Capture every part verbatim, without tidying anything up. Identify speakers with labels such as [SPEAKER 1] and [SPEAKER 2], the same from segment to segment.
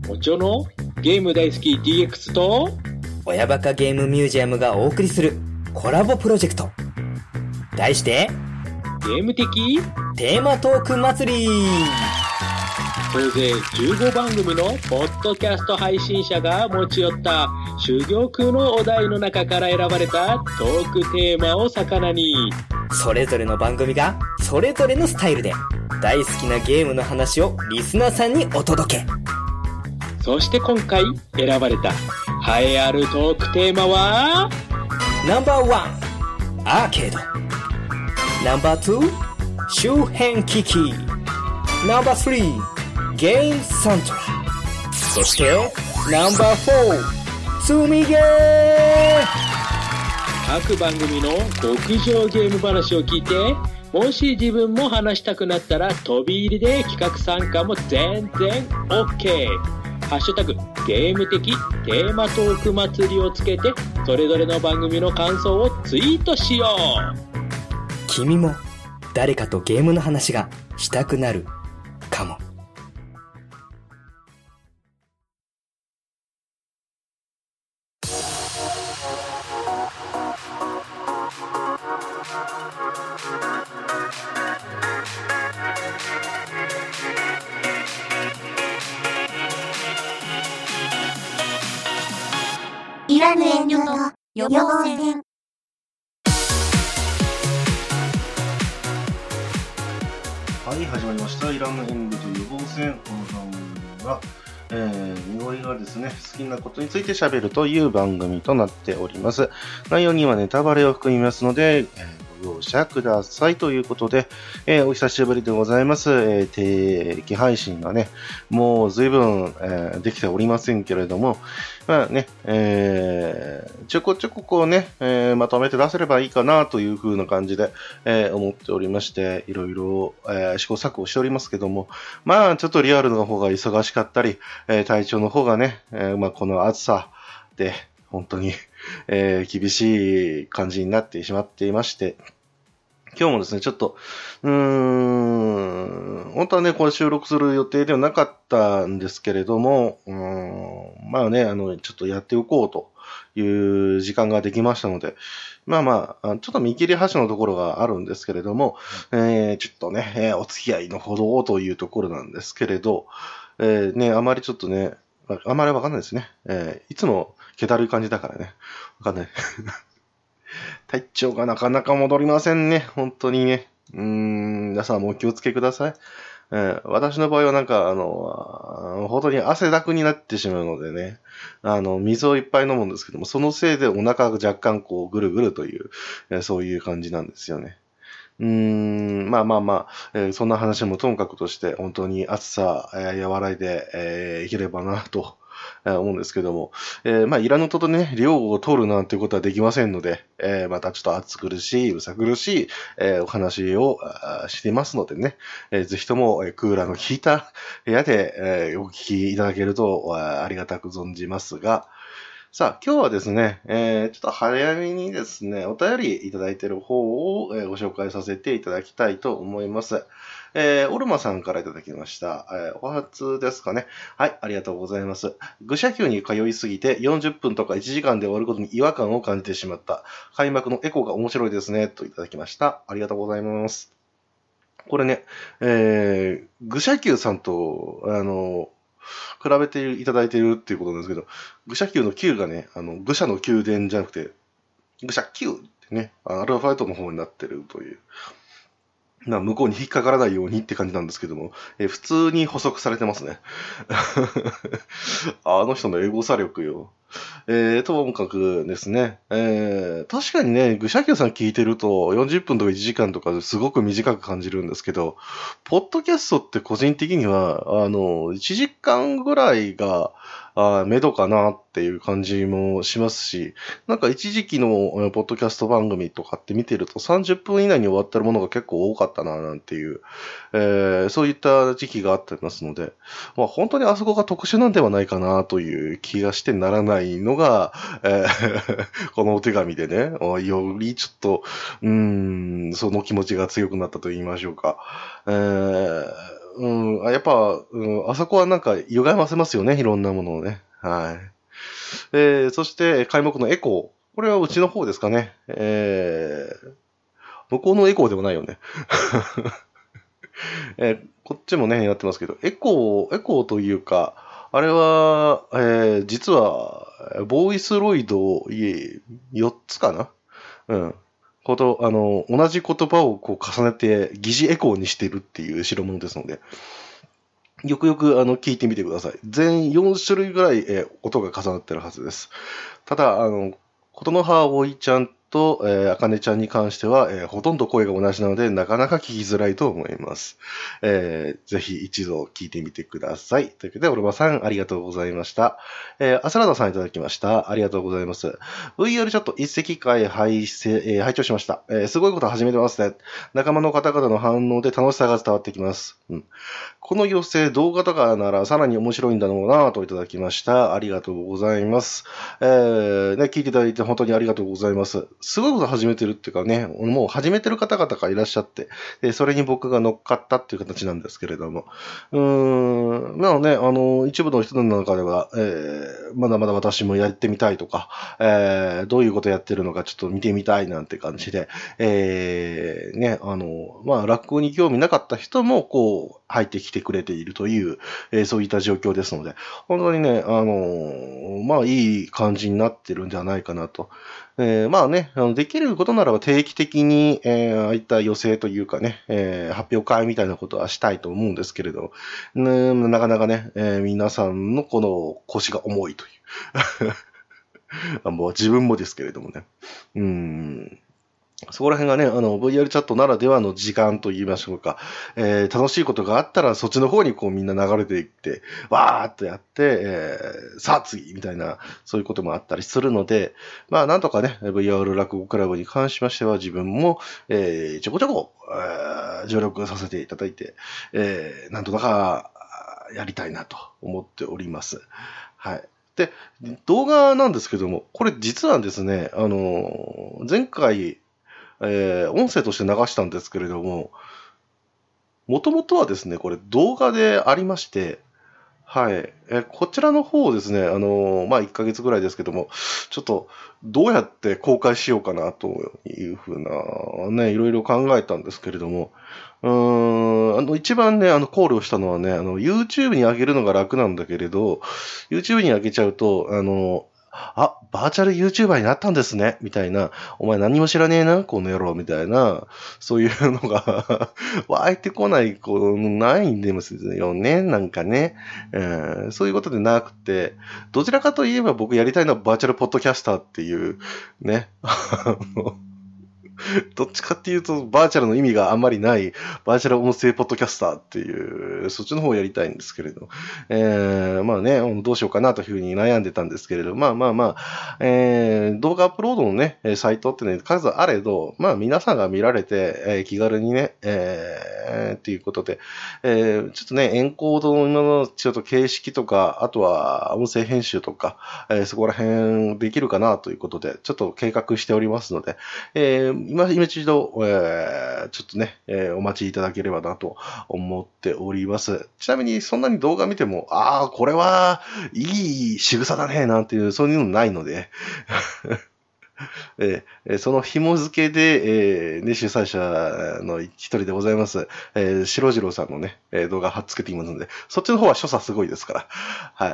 [SPEAKER 1] おちょのゲーム大好き ディーエックス と
[SPEAKER 2] 親バカゲームミュージアムがお送りするコラボプロジェクト。題して
[SPEAKER 1] ゲーム的
[SPEAKER 2] テーマトーク祭り。
[SPEAKER 1] 総勢じゅうごばん組のポッドキャスト配信者が持ち寄った珠玉のお題の中から選ばれたトークテーマを魚に、
[SPEAKER 2] それぞれの番組がそれぞれのスタイルで大好きなゲームの話をリスナーさんにお届け。
[SPEAKER 1] そして今回選ばれた栄えあるトークテーマは
[SPEAKER 2] ナンバーワンアーケード、ナンバーツー周辺機器、ナンバースリーゲームサントラ、そしてナンバーフォー積みゲー。
[SPEAKER 1] 各番組の極上ゲーム話を聞いて、もし自分も話したくなったら飛び入りで企画参加も全然 OK。 ハッシュタグゲーム的テーマトーク祭りをつけて、それぞれの番組の感想をツイートしよう。
[SPEAKER 2] 君も誰かとゲームの話がしたくなるかも。
[SPEAKER 3] いらぬ遠慮と予防線。
[SPEAKER 4] はい、始まりました。いらぬ遠慮と予防線。この番組は、えー、みおりがですね、好きなことについて喋るという番組となっております。内容にはネタバレを含みますので、えーご容赦くださいということで、えー、お久しぶりでございます。えー、定期配信がね、もう随分、えー、できておりませんけれども、まあね、えー、ちょこちょここうね、えー、まとめて出せればいいかなという風な感じで、えー、思っておりまして、いろいろ、えー、試行錯誤しておりますけども、まあちょっとリアルの方が忙しかったり、えー、体調の方がね、えー、まあこの暑さで本当に、えー、厳しい感じになってしまっていまして、今日もですね、ちょっと、うーん、本当はね、これ収録する予定ではなかったんですけれども、うーん、まあね、あの、ちょっとやっておこうという時間ができましたので、まあまあ、ちょっと見切り発車のところがあるんですけれども、えー、ちょっとね、えー、お付き合いのほどをというところなんですけれど、えー、ね、あまりちょっとね、あまりわかんないですね。えー、いつも気だるい感じだからね、わかんない。体調がなかなか戻りませんね。本当にね。うーん、皆さんもお気をつけください。えー、私の場合はなんか、あの、本当に汗だくになってしまうのでね、あの、水をいっぱい飲むんですけども、そのせいでお腹が若干こう、ぐるぐるという、えー、そういう感じなんですよね。うーん、まあまあまあ、えー、そんな話もともかくとして、本当に暑さ、えー、和らいで、えー、いければなと。思うんですけども、えー、まあ、いらぬとね、量を取るなんていうことはできませんので、えー、またちょっと暑苦しい、うさ苦しい、えー、お話をしていますのでね、えー、ぜひとも、えー、クーラーの効いた部屋で、えー、お聞きいただけるとありがたく存じますが、さあ、今日はですね、えー、ちょっと早めにですね、お便りいただいている方を、えー、ご紹介させていただきたいと思います。えー、オルマさんからいただきました。えー、お初ですかね。はい、ありがとうございます。愚者級に通いすぎてよんじゅっぷんとかいちじかんで終わることに違和感を感じてしまった。開幕のエコが面白いですね。といただきました。ありがとうございます。これね、えー、愚者級さんと、あの、比べていただいているっていうことなんですけど、愚者級の級がね、あの、愚者の宮殿じゃなくて、愚者級ってね、アルファベットの方になってるという。な向こうに引っかからないようにって感じなんですけども、えー、普通に補足されてますね。あの人のエゴサ力よ。えー、ともかくですね、えー、確かにね、愚者級さん聞いてるとよんじゅっぷんとかいちじかんとかですごく短く感じるんですけど、ポッドキャストって個人的には、あの、いちじかんぐらいが、あめどかなっていう感じもしますし、なんか一時期のポッドキャスト番組とかって見てるとさんじゅっぷん以内に終わってるものが結構多かったななんていう、えー、そういった時期があってますので、まあ本当にあそこが特殊なんではないかなという気がしてならないのが、えー、このお手紙でね、よりちょっと、うーん、その気持ちが強くなったと言いましょうか。えーうん、 やっぱ、うん、あそこはなんか歪ませますよね、いろんなものをね。はい。えー、そして、開幕のエコー。これはうちの方ですかね。えー、向こうのエコーでもないよね。えー、こっちもね、やってますけど、エコー、エコーというか、あれは、えー、実は、ボイスロイドをよっつかなうん。こと、あの、同じ言葉をこう重ねて疑似エコーにしてるっていう代物ですので、よくよくあの聞いてみてください。全よん種類ぐらい、えー、音が重なってるはずです。ただ、あの、ことの葉おいちゃんと、えー、あかねちゃんに関しては、えー、ほとんど声が同じなので、なかなか聞きづらいと思います。えー、ぜひ一度聞いてみてください。というわけで、オルマさん、ありがとうございました。えー、アスラダさんいただきました。ありがとうございます。ブイアール チャット一席会拝せ、えー、拝聴しました、えー。すごいこと始めてますね。仲間の方々の反応で楽しさが伝わってきます。うん。この寄せ、動画とかならさらに面白いんだろうなといただきました。ありがとうございます。えー、ね、聞いていただいて本当にありがとうございます。すごいこと始めてるっていうかね、もう始めてる方々がいらっしゃって、でそれに僕が乗っかったっていう形なんですけれども。うーん、なので、あの、一部の人の中では、えー、まだまだ私もやってみたいとか、えー、どういうことやってるのかちょっと見てみたいなんて感じで、えー、ね、あの、まあ、落語に興味なかった人も、こう、入ってきてくれているという、えー、そういった状況ですので、本当にね、あの、まあ、いい感じになってるんじゃないかなと。えー、まあね、あのできることならば定期的に、えー、ああいった予定というかね、えー、発表会みたいなことはしたいと思うんですけれど、ね、なかなかね、えー、皆さんのこの腰が重いという。もう自分もですけれどもね。うーん。そこら辺がね、あの、ブイアール チャットならではの時間と言いましょうか。えー、楽しいことがあったら、そっちの方にこうみんな流れていって、わーっとやって、えー、さあ次みたいな、そういうこともあったりするので、まあなんとかね、ブイアール 落語クラブに関しましては自分も、えー、ちょこちょこ、えー、助力させていただいて、えー、なんとかやりたいなと思っております。はい。で、動画なんですけども、これ実はですね、あの、前回、えー、音声として流したんですけれども、もともとはですね、これ動画でありまして、はい。え、こちらの方ですね、あのー、まあ、いっかげつぐらいですけども、ちょっと、どうやって公開しようかな、というふうな、ね、いろいろ考えたんですけれども、うーん、あの、一番ね、あの、考慮したのはね、あの、YouTube に上げるのが楽なんだけれど、YouTube に上げちゃうと、あの、あ、バーチャル YouTuber になったんですね、みたいな、お前何も知らねえな、この野郎、みたいな、そういうのが湧いてこない、こう、ないんですよね、なんかね、うん。そういうことでなくて、どちらかといえば僕やりたいのはバーチャルポッドキャスターっていう、ね、どっちかっていうと、バーチャルの意味があんまりない、バーチャル音声ポッドキャスターっていう、そっちの方をやりたいんですけれど、えー、まあね、どうしようかなというふうに悩んでたんですけれど、まあまあまあ、えー、動画アップロードのね、サイトってね、数あれど、まあ皆さんが見られて、えー、気軽にね、えー、っていうことで、えー、ちょっとね、エンコードの今のちょっと形式とか、あとは音声編集とか、えー、そこら辺できるかなということで、ちょっと計画しておりますので、えー今、今一度、えー、ちょっとね、えー、お待ちいただければなと思っております。ちなみに、そんなに動画見ても、ああ、これは、いい仕草だね、なんていう、そういうのないので、えー、その紐付けで、えーね、主催者の一人でございます、えー、白次郎さんのね、えー、動画貼っつけていますので、そっちの方は所作すごいですから、はい。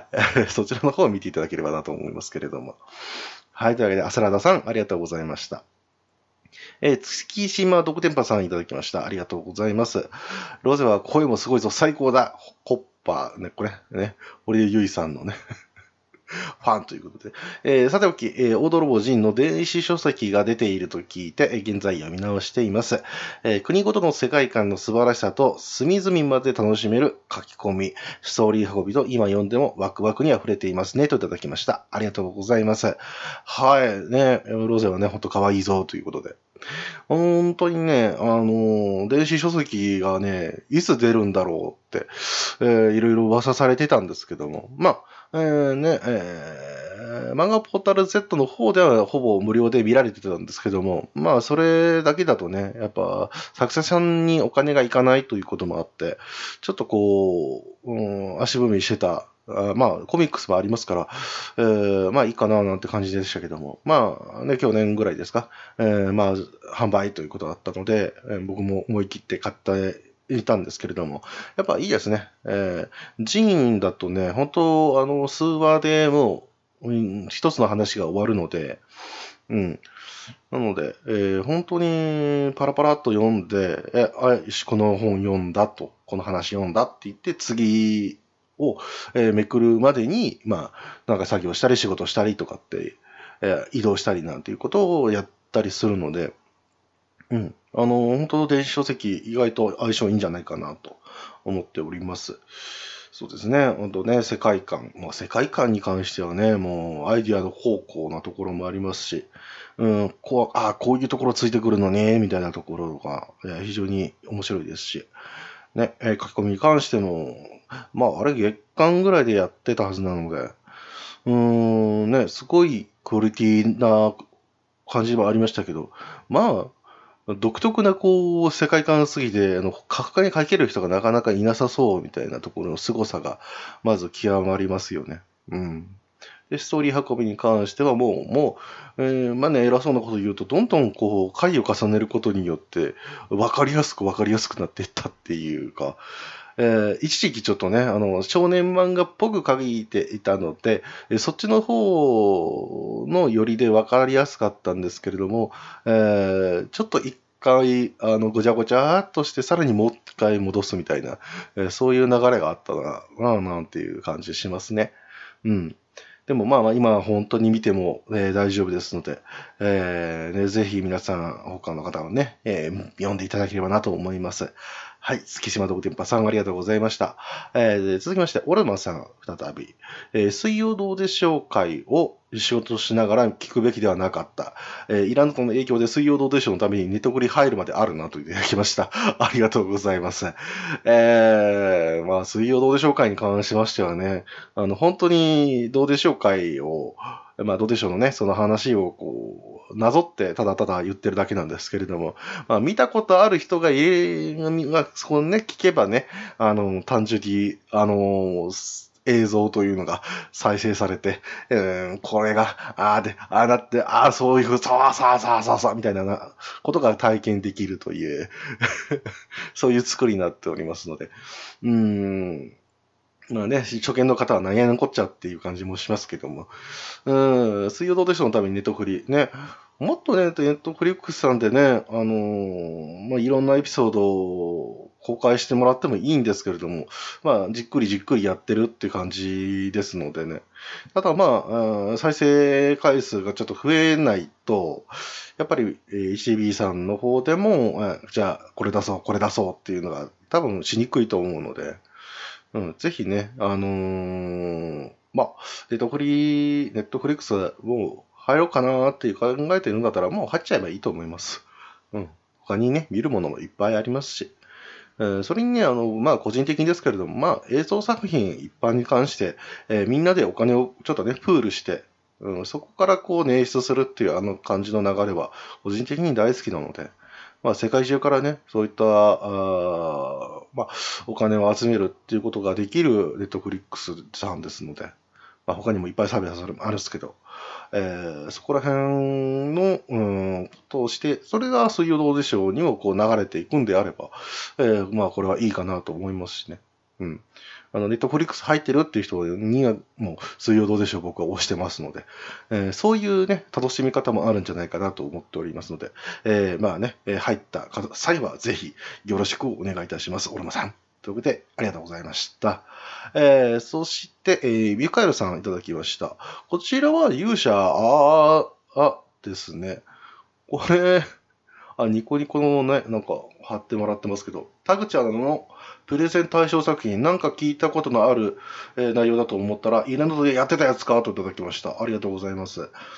[SPEAKER 4] そちらの方を見ていただければなと思いますけれども。はい。というわけで、アスラダさん、ありがとうございました。えー、月島独天パさんいただきました。ありがとうございます。ロゼは声もすごいぞ、最高だ。コッパー、ね、これ、ね、堀江由衣さんのね、ファンということで。えー、さておき、えー、大泥棒ジンの電子書籍が出ていると聞いて、現在読み直しています。えー、国ごとの世界観の素晴らしさと、隅々まで楽しめる書き込み、ストーリー運びと、今読んでもワクワクに溢れていますね、といただきました。ありがとうございます。はい、ね、ロゼはね、ほんと可愛いぞ、ということで。 本当にね、あの、電子書籍がね、いつ出るんだろうって、えー、いろいろ噂されてたんですけども、まあ、えー、ね、えー、漫画ポータル Z の方ではほぼ無料で見られてたんですけども、まあ、それだけだとね、やっぱ、作者さんにお金がいかないということもあって、ちょっとこう、うん、足踏みしてた、あまあ、コミックスもありますから、えー、まあいいかななんて感じでしたけども、まあね、去年ぐらいですか、えー、まあ、販売ということだったので、えー、僕も思い切って買っていたんですけれども、やっぱいいですね。えー、ジーンだとね、本当あの、数話でもう、うん、一つの話が終わるので、うん。なので、えー、本当にパラパラっと読んで、え、あ、よし、この本読んだと、この話読んだって言って、次を、えー、めくるまでに、まあ、なんか作業したり仕事したりとかって、えー、移動したりなんていうことをやったりするので、うん。あの、本当電子書籍意外と相性いいんじゃないかなと思っております。そうですね。本当ね、世界観。まあ、世界観に関してはね、もうアイディアの方向なところもありますし、うん、こう、ああ、こういうところついてくるのね、みたいなところが、非常に面白いですし、ね、えー、書き込みに関しても、まあ、あれ月間ぐらいでやってたはずなので、うーん、ね、すごいクオリティな感じもありましたけど、まあ、独特なこう、世界観すぎて、あの、書家に書ける人がなかなかいなさそうみたいなところの凄さが、まず極まりますよね。うん。で、ストーリー運びに関してはもう、もう、えー、まあね、偉そうなこと言うと、どんどんこう、回を重ねることによって、わかりやすくわかりやすくなっていったっていうか、えー、一時期ちょっとね、あの、少年漫画っぽく書いていたので、そっちの方のよりでわかりやすかったんですけれども、えー、ちょっと一回、あの、ごちゃごちゃっとして、さらにもう一回戻すみたいな、えー、そういう流れがあったな、なあ、なんていう感じしますね。うん。でもまあまあ今本当に見ても、えー、大丈夫ですので、えーね、ぜひ皆さん他の方はね、えー、読んでいただければなと思います。はい、月島道電波さんありがとうございました。えー、続きまして、オルマさん再び、えー、水曜どうでしょう会を仕事しながら聞くべきではなかった。えー、イランとの影響で水曜どうでしょうのためにネットフリ入るまであるなといただきました。ありがとうございます。えー、まあ水曜どうでしょう会に関しましてはね、あの本当にどうでしょう会を、まあどうでしょうのね、その話をこう、なぞってただただ言ってるだけなんですけれども、まあ見たことある人がいる、が、そこね、聞けばね、あの、単純に、あの、映像というのが再生されて、えー、これが、ああで、ああなって、ああそういう、そうそうそうそうそう、みたいなことが体験できるという、そういう作りになっておりますので、うーん、まあね、初見の方は何や残っちゃっていう感じもしますけども。うん、水曜どうでしょうのためにネットフリ。ね。もっとね、ネットフリックスさんでね、あのー、まあ、いろんなエピソードを公開してもらってもいいんですけれども、まあ、じっくりじっくりやってるって感じですのでね。ただまあ、再生回数がちょっと増えないと、やっぱり エイチティービー さんの方でも、じゃあ、これ出そう、これ出そうっていうのが多分しにくいと思うので、うん、ぜひね、あのー、まあ、ネットフリー、ネットフリックスもう入ろうかなっていう考えてるんだったらもう入っちゃえばいいと思います。うん。他にね、見るものもいっぱいありますし。えー、それにね、あの、まあ、個人的にですけれども、まあ、映像作品一般に関して、えー、みんなでお金をちょっとね、プールして、うん、そこからこう捻出するっていうあの感じの流れは、個人的に大好きなので、まあ、世界中からね、そういった、あまあ、お金を集めるっていうことができるネットフリックスさんですので、まあ、他にもいっぱいサービスあるんですけど、えー、そこら辺の、うん、ことをして、それが水曜どうでしょうにもこう流れていくんであれば、えー、まあ、これはいいかなと思いますしね。うん。あの、ネットフリックス入ってるっていう人には、もう、水曜どうでしょう僕は推してますので、えー、そういうね、楽しみ方もあるんじゃないかなと思っておりますので、えー、まあね、えー、入った際はぜひよろしくお願いいたします。オルマさん。ということで、ありがとうございました。えー、そして、えー、ミカエルさんいただきました。こちらは勇者、あー、あ、ですね。これ、あ、ニコニコのね、なんか貼ってもらってますけど、タグちゃんのプレゼン対象作品、なんか聞いたことのある、えー、内容だと思ったら、イランドでやってたやつかといただきました。ありがとうございます。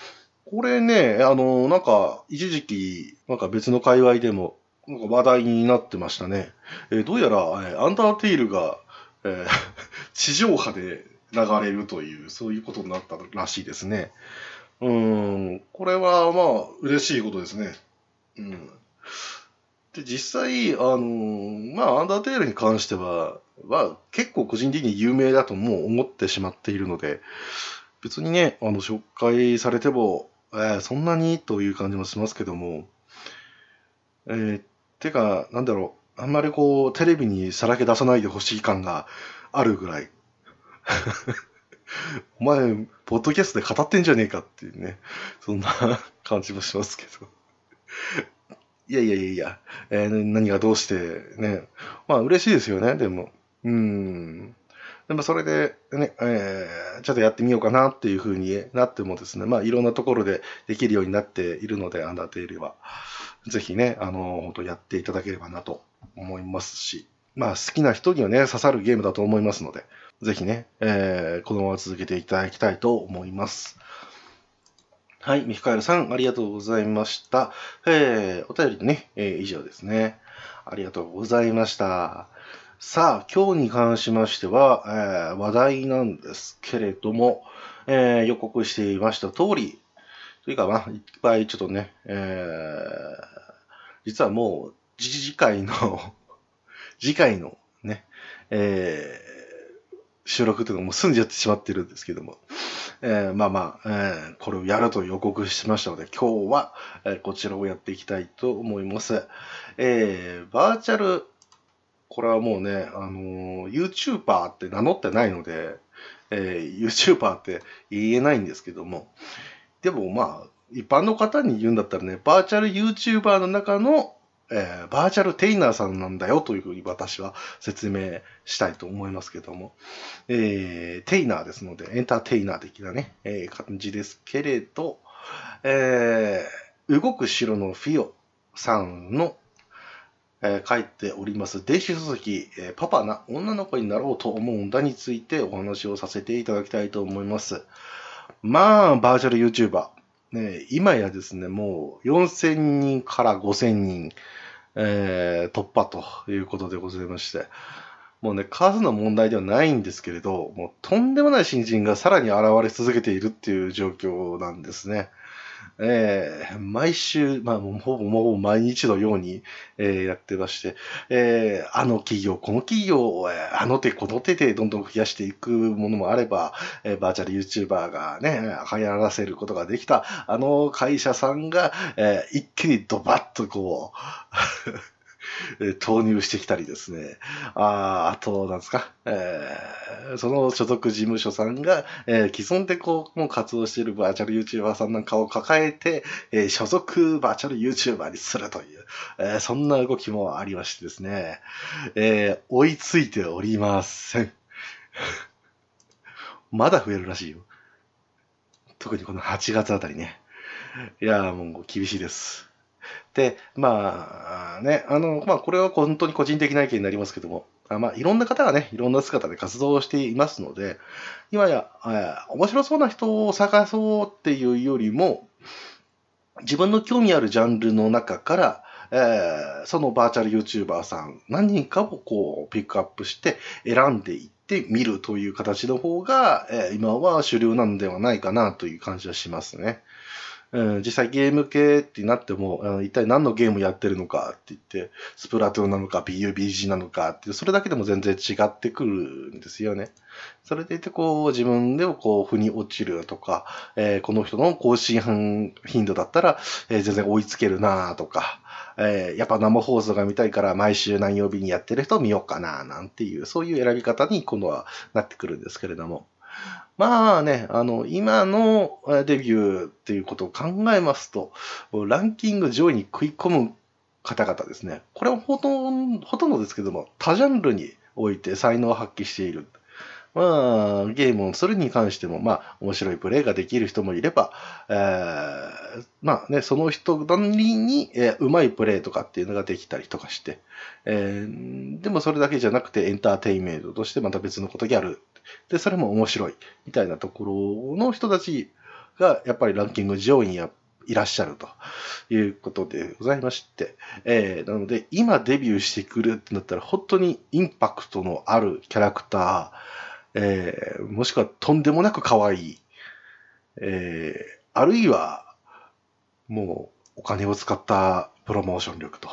[SPEAKER 4] これね、あの、なんか、一時期、なんか別の界隈でも、なんか話題になってましたね。えーどうやら、えーアンダーテイルが、えー地上波で流れるという、そういうことになったらしいですね。うーん、これはまあ、嬉しいことですね。うん。で、実際、あのーまあ、アンダーテールに関しては、まあ、結構個人的に有名だともう思ってしまっているので、別にね、あの、紹介されても、えーそんなにという感じもしますけども、えーてか、なんだろう、あんまりこう、テレビにさらけ出さないでほしい感があるぐらい。お前、ポッドキャストで語ってんじゃねえかっていうね、そんな感じもしますけど。いやいやいやいや、えー何がどうしてね、まあ嬉しいですよね、でも。うーん。でもそれでね、えーちょっとやってみようかなっていう風になってもですね、まあいろんなところでできるようになっているので、アンダーテールは。ぜひね、あの、本当やっていただければなと思いますし、まあ好きな人にはね、刺さるゲームだと思いますので、ぜひね、えーこのまま続けていただきたいと思います。はい、ミカエルさん、ありがとうございました。えー、お便りね、えー以上ですね。ありがとうございました。さあ、今日に関しましては、えー話題なんですけれども、えー予告していました通り、というか、まあ、いっぱいちょっとね、えー実はもう、次次回の、次回のね、えー収録というかもう済んじゃってしまってるんですけども、えーまあまあ、えーこれをやると予告しましたので、今日は、えーこちらをやっていきたいと思います。えーバーチャル、これはもうね、あのー YouTuber って名乗ってないので、えー YouTuber って言えないんですけども、でもまあ、一般の方に言うんだったらね、バーチャル YouTuber の中の、えーバーチャルテイナーさんなんだよというふうに私は説明したいと思いますけども、えーテイナーですので、エンターテイナー的なね、えー感じですけれど、えー動く城のフィオさんの、えー書いております電子書籍、えーパパな女の子になろうと思うんだについてお話をさせていただきたいと思います。まあ、バーチャル YouTuber。ね、今やですね、もうよんせんにんからごせんにん、えー突破ということでございまして、もうね、数の問題ではないんですけれど、もうとんでもない新人がさらに現れ続けているっていう状況なんですね。えー毎週、まあ、もうほぼもう毎日のように、えーやってまして、えーあの企業、この企業を、えーあの手この手でどんどん増やしていくものもあれば、えーバーチャル YouTuber がね、流行らせることができた、あの会社さんが、えー一気にドバッとこう、えー投入してきたりですね。あーあと、なんですか、えーその所属事務所さんが、えー既存でこう、もう活動しているバーチャル YouTuber さんなんかを抱えて、えー所属バーチャル YouTuber にするという、えーそんな動きもありましてですね、えー追いついておりません。まだ増えるらしいよ。特にこのはちがつあたりね。いやーもう厳しいです。で、まあ、ね、あの、まあ、これは本当に個人的な意見になりますけども、あまあ、いろんな方がね、いろんな姿で活動をしていますので、今や、えー面白そうな人を探そうっていうよりも、自分の興味あるジャンルの中から、えーそのバーチャル YouTuber さん何人かをこうピックアップして選んでいってみるという形の方が、えー今は主流なんではないかなという感じはしますね。うん、実際ゲーム系ってなっても、うん一体何のゲームやってるのかって言って、スプラトゥーンなのか ピーユービージー なのかっていう、それだけでも全然違ってくるんですよね。それでいて、こう、自分でもこう、腑に落ちるとか、えーこの人の更新頻度だったら、えー全然追いつけるなとか、えーやっぱ生放送が見たいから毎週何曜日にやってる人を見ようかななんていう、そういう選び方に今度はなってくるんですけれども。まあね、あの、今のえーデビューっていうことを考えますと、ランキング上位に食い込む方々ですね。これはほとんど、ほとんどですけども、多ジャンルにおいて才能を発揮している。まあ、ゲームをするに関しても、まあ、面白いプレイができる人もいれば、えーまあね、その人なりに、えー、うまいプレイとかっていうのができたりとかして、えーでもそれだけじゃなくてエンターテインメントとしてまた別のことやる。で、それも面白い。みたいなところの人たちがやっぱりランキング上位にいらっしゃるということでございまして、えー、なので今デビューしてくるってなったら本当にインパクトのあるキャラクター、えー、もしくはとんでもなく可愛い、えー、あるいはもうお金を使ったプロモーション力と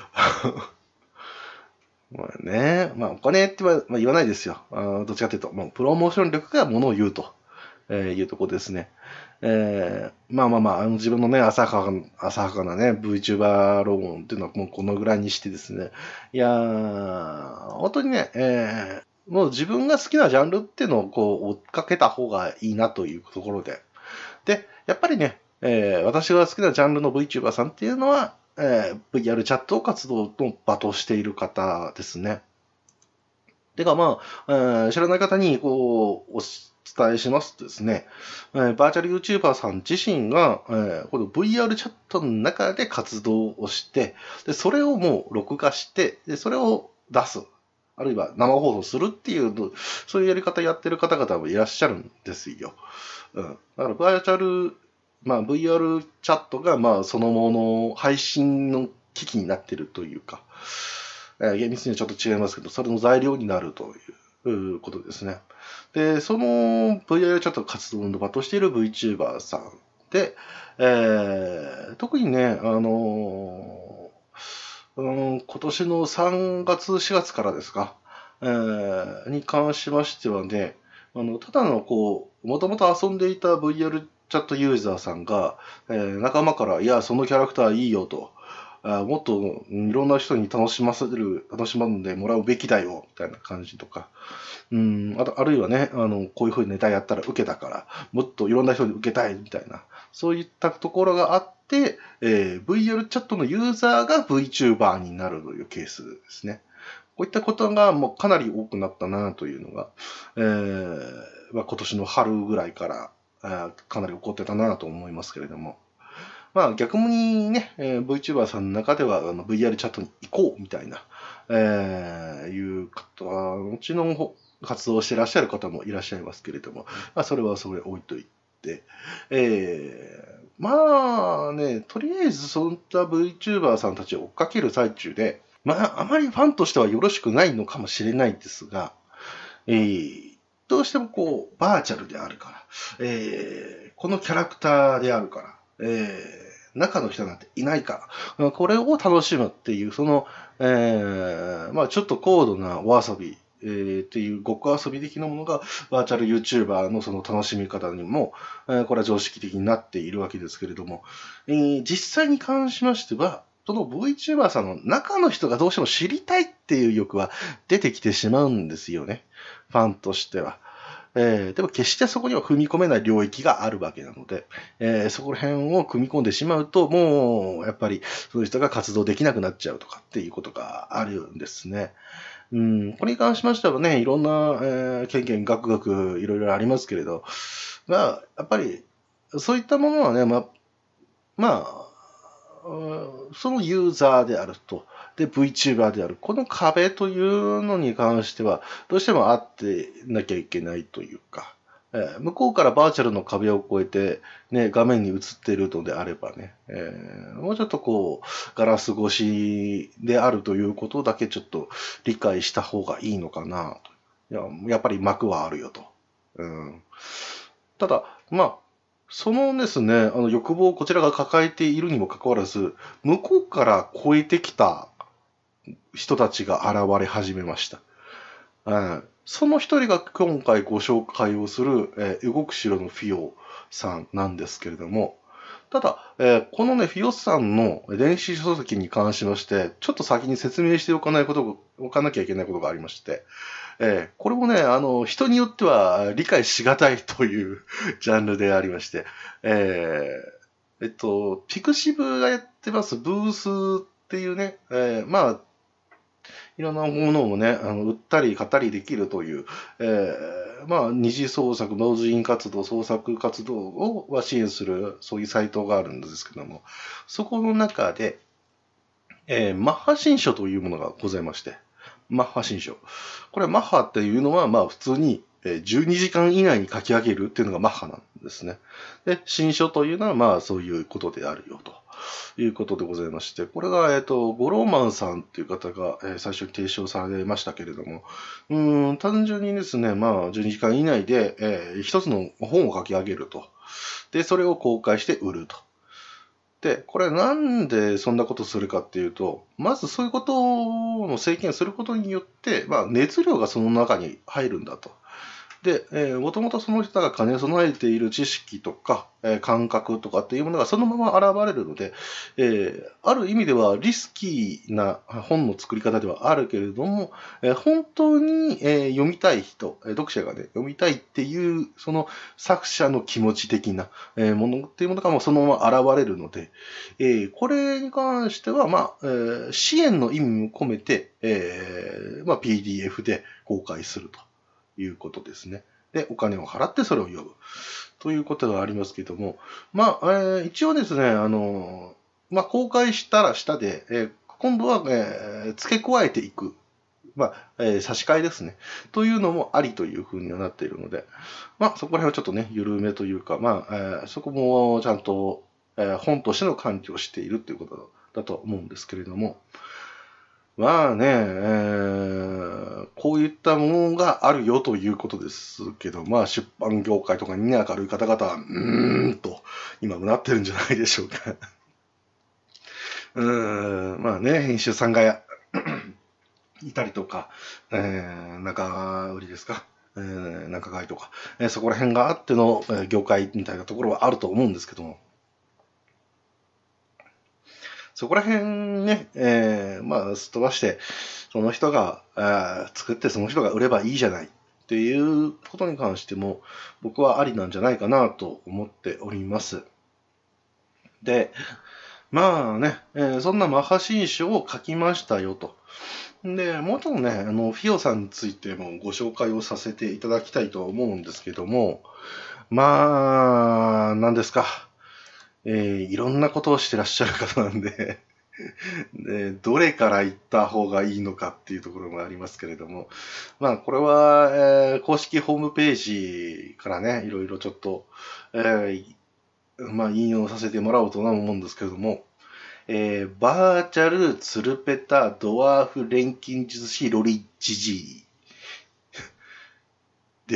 [SPEAKER 4] まあね、まあお金っては、まあ、言わないですよ。あどっちかというと、もうプロモーション力がものを言うと、えー、いうところですね。えー、まあまあまあ、あの自分のね、浅はか、浅はかなね、VTuber ロゴンっていうのはもうこのぐらいにしてですね。いやー、本当にね、えー、もう自分が好きなジャンルっていうのをこう追っかけた方がいいなというところで。で、やっぱりね、えー、私が好きなジャンルの VTuber さんっていうのは、えー、ブイアール チャットを活動の場としている方ですね。てかまあ、えー、知らない方にこうお伝えしますとですね、えー、バーチャル YouTuber さん自身が、えー、この ブイアール チャットの中で活動をして、でそれをもう録画して、でそれを出す。あるいは生放送するっていう、そういうやり方やってる方々もいらっしゃるんですよ。うん、だからバーチャルまあ ブイアール チャットがまあそのもの配信の機器になっているというか、えー、厳密にはちょっと違いますけど、それの材料になるということですね。で、その ブイアール チャット活動の場としている VTuber さんで、えー、特にね、あのーうん、今年のさんがつ、しがつからですか、えー、に関しましてはね、あのただのこう、もともと遊んでいた ブイアールチャットユーザーさんが、えー、仲間から、いや、そのキャラクターいいよと、あもっといろんな人に楽しませる、楽しまんでもらうべきだよ、みたいな感じとか、うん、あとあるいはね、あの、こういう風にネタやったら受けたから、もっといろんな人に受けたい、みたいな、そういったところがあって、えー、ブイアール チャットのユーザーが VTuber になるというケースですね。こういったことがもうかなり多くなったなというのが、えーまあ、今年の春ぐらいからあかなり起こってたなと思いますけれども、まあ逆にね、えー、VTuber さんの中ではあの ブイアール チャットに行こうみたいな、えー、いう方は、もちろん活動していらっしゃる方もいらっしゃいますけれども、まあそれはそれ置いといて、えー、まあね、とりあえずそういった VTuber さんたちを追っかける最中で、まああまりファンとしてはよろしくないのかもしれないですが、えー、どうしてもこう、バーチャルであるから、えー、このキャラクターであるから、えー、中の人なんていないから、これを楽しむっていう、その、えー、まあちょっと高度なお遊び、えー、っていうごく遊び的なものが、バーチャル YouTuber のその楽しみ方にも、えー、これは常識的になっているわけですけれども、えー、実際に関しましては、その VTuber さんの中の人がどうしても知りたいっていう欲は出てきてしまうんですよね。ファンとしては。えー、でも決してそこには踏み込めない領域があるわけなので、えー、そこら辺を組み込んでしまうと、もう、やっぱり、そういう人が活動できなくなっちゃうとかっていうことがあるんですね。うん、これに関しましてはね、いろんな、えー、けんけんがくがくいろいろありますけれど、まあ、やっぱり、そういったものはね、まあ、まあ、そのユーザーであると、で、VTuber である。この壁というのに関しては、どうしてもあってなきゃいけないというか、えー、向こうからバーチャルの壁を越えて、ね、画面に映っているのであればね、えー、もうちょっとこう、ガラス越しであるということだけちょっと理解した方がいいのかなと。いや、やっぱり幕はあるよと。うん、ただ、まあ、そのですね、あの欲望をこちらが抱えているにもかかわらず、向こうから超えてきた人たちが現れ始めました。うん、その一人が今回ご紹介をする、えー、動く城のフィオさんなんですけれども、ただ、えー、このね、フィオさんの電子書籍に関しまして、ちょっと先に説明しておかないこと、おかなきゃいけないことがありまして、えー、これもね、あの、人によっては理解しがたいというジャンルでありまして、えー、えっと、ピクシブがやってますブースっていうね、えー、まあ、いろんなものをね、あの売ったり買ったりできるという、えー、まあ、二次創作、同人活動、創作活動を支援する、そういうサイトがあるんですけども、そこの中で、えー、マッハ新書というものがございまして、マッハ新書。これマッハっていうのは、まあ普通にえー、じゅうにじかん以内に書き上げるっていうのがマッハなんですね。で、新書というのはまあそういうことであるよということでございまして、これが、えっと、ゴローマンさんっていう方が、えー、最初に提唱されましたけれども、うーん、単純にですね、まあじゅうにじかん以内で、えー、一つの本を書き上げると。で、それを公開して売ると。で、これなんでそんなことするかっていうと、まずそういうことの制限することによって、まあ熱量がその中に入るんだと。で、えー、もともとその人が兼ね備えている知識とか、えー、感覚とかっていうものがそのまま現れるので、えー、ある意味ではリスキーな本の作り方ではあるけれども、えー、本当に、えー、読みたい人、読者がね、読みたいっていう、その作者の気持ち的な、えー、ものっていうものがもうそのまま現れるので、えー、これに関しては、まあ、えー、支援の意味も込めて、えー、まあ、ピーディーエフ で公開すると。いうことですね。で、お金を払ってそれを読む。ということがありますけども、まあ、えー、一応ですね、あの、まあ、公開したらしたで、えー、今度は、えー、付け加えていく。まあ、えー、差し替えですね。というのもありというふうにはなっているので、まあ、そこら辺はちょっとね、緩めというか、まあ、えー、そこもちゃんと、えー、本としての管理をしているということだと思うんですけれども、まあね、えー、こういったものがあるよということですけど、まあ出版業界とかにね、明るい方々は、うーんと、今もなってるんじゃないでしょうか。うーん、まあね、編集さんがいたりとか、えー、中売りですか、えー、中買いとか、えー、そこら辺があっての、えー、業界みたいなところはあると思うんですけども、そこら辺ね、えー、まあ、すっ飛ばして、その人が、あ作ってその人が売ればいいじゃないっていうことに関しても、僕はありなんじゃないかなと思っております。で、まあね、えー、そんなマッハ新書を書きましたよと。で、もうちょっとね、あの、フィオさんについてもご紹介をさせていただきたいと思うんですけども、まあ、何ですか。えー、いろんなことをしてらっしゃる方なんでで、どれから言った方がいいのかっていうところもありますけれども、まあ、これは、えー、公式ホームページからね、いろいろちょっと、えー、まあ、引用させてもらおうと思うんですけれども、えー、バーチャルツルペタドワーフ錬金術師ロリジジーです。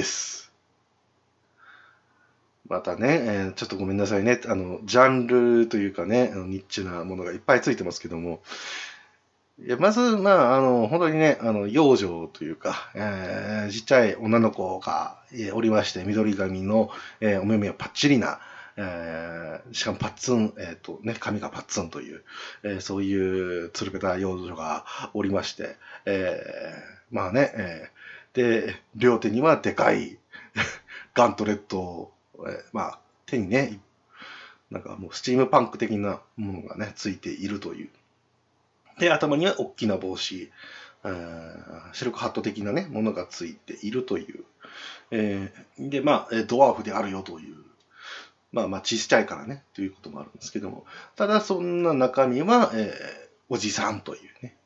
[SPEAKER 4] またね、えー、ちょっとごめんなさいね。あの、ジャンルというかね、あのニッチなものがいっぱいついてますけども、いやまず、まあ、あの、本当にね、あの、幼女というか、えー、ちっちゃい女の子が、えー、おりまして、緑髪の、えー、お目目はパッチリな、えー、しかもパッツン、えっ、ー、とね、髪がパッツンという、えー、そういうつるぺた幼女がおりまして、えー、まあね、えー、で、両手にはでかいガントレットを、えー、まあ、手にね、なんかもうスチームパンク的なものがね、ついているという。で、頭には大きな帽子、えー、シルクハット的なね、ものがついているという。えー、で、まあ、ドワーフであるよという。まあまあ、小さいからね、ということもあるんですけども。ただ、そんな中身は、えー、おじさんというね。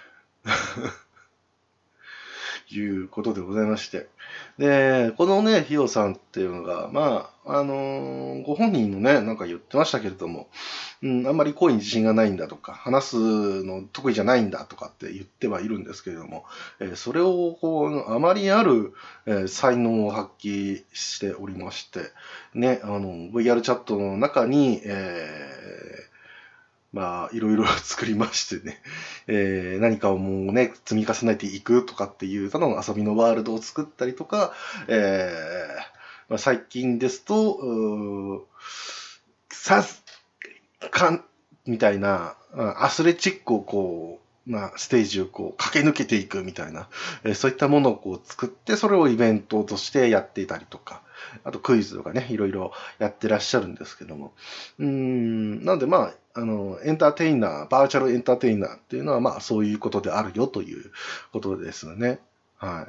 [SPEAKER 4] いうことでございまして。で、このね、ヒヨさんっていうのが、まあ、あのー、ご本人もね、なんか言ってましたけれども、うん、あんまり声に自信がないんだとか、話すの得意じゃないんだとかって言ってはいるんですけれども、えー、それを、こう、あまりある、えー、才能を発揮しておりまして、ね、あの、ブイアール チャットの中に、えーまあ、いろいろ作りましてね、えー、何かをもうね、積み重ねていくとかっていう、ただの遊びのワールドを作ったりとか、えーまあ、最近ですと、うさ、かん、みたいな、アスレチックをこう、まあ、ステージをこう、駆け抜けていくみたいな、えー、そういったものをこう作って、それをイベントとしてやっていたりとか、あとクイズとかね、いろいろやってらっしゃるんですけども。うーん、なのでまあ、あの、エンターテイナー、バーチャルエンターテイナーっていうのはまあそういうことであるよということですよね。はい。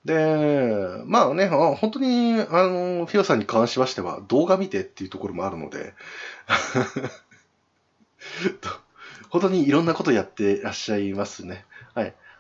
[SPEAKER 4] で、まあね、本当に、あの、フィオさんに関しましては動画見てっていうところもあるので、本当にいろんなことやってらっしゃいますね。はい。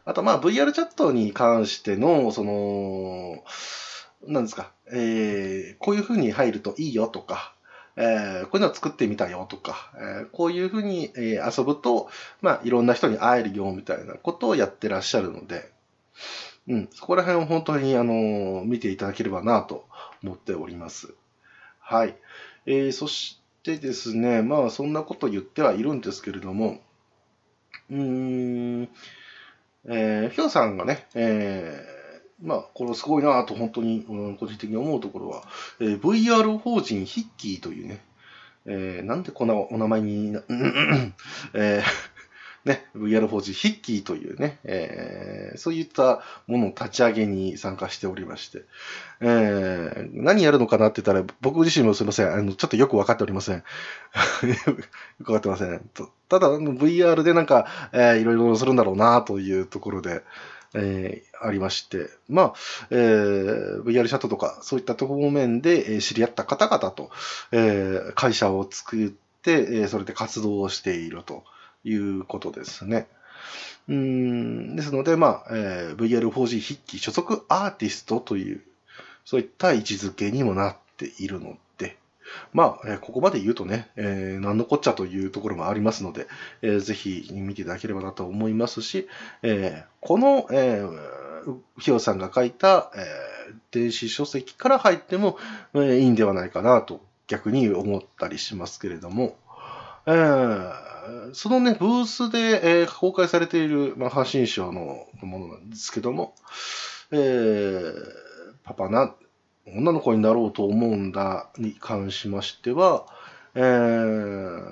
[SPEAKER 4] あとまあ ブイアール チャットに関しての、その、なんですか、えー、こういう風に入るといいよとか、えー、こういうのを作ってみたよとか、えー、こういう風に、えー、遊ぶと、まあいろんな人に会えるよみたいなことをやってらっしゃるので、うん、そこら辺を本当にあの、見ていただければなと思っております。はい。えー、そしてですね、まあそんなこと言ってはいるんですけれども、うーん、えー、ヒョウさんがね、えー、まあ、これすごいなと本当に、うん、個人的に思うところは、えー、ブイアール 法人ヒッキーというね、えー、なんでこんなお名前にな、えーね、ブイアール 法人ヒッキーというね、えー、そういったものを立ち上げに参加しておりまして、えー、何やるのかなって言ったら、僕自身もすいません、あの、ちょっとよくわかっておりません。よくわかってません。ただ、ブイアール でなんか、えー、いろいろするんだろうなというところで、えー、ありまして、まあ、えー、ブイアール チャットとか、そういった方面で、えー、知り合った方々と、えー、会社を作って、えー、それで活動をしているということですね。うーんですので、まあ、えー、ブイアール フォージー 筆記所属アーティストという、そういった位置づけにもなっているので、まあ、えー、ここまで言うとね、えー、何のこっちゃというところもありますので、えー、ぜひ見ていただければなと思いますし、えー、この、えー、ヒヨさんが書いた、えー、電子書籍から入っても、えー、いいんではないかなと逆に思ったりしますけれども、えー、そのね、ブースで、えー、公開されている、まあ、発信書のものなんですけども、えー、パパな、女の子になろうと思うんだに関しましては、えー、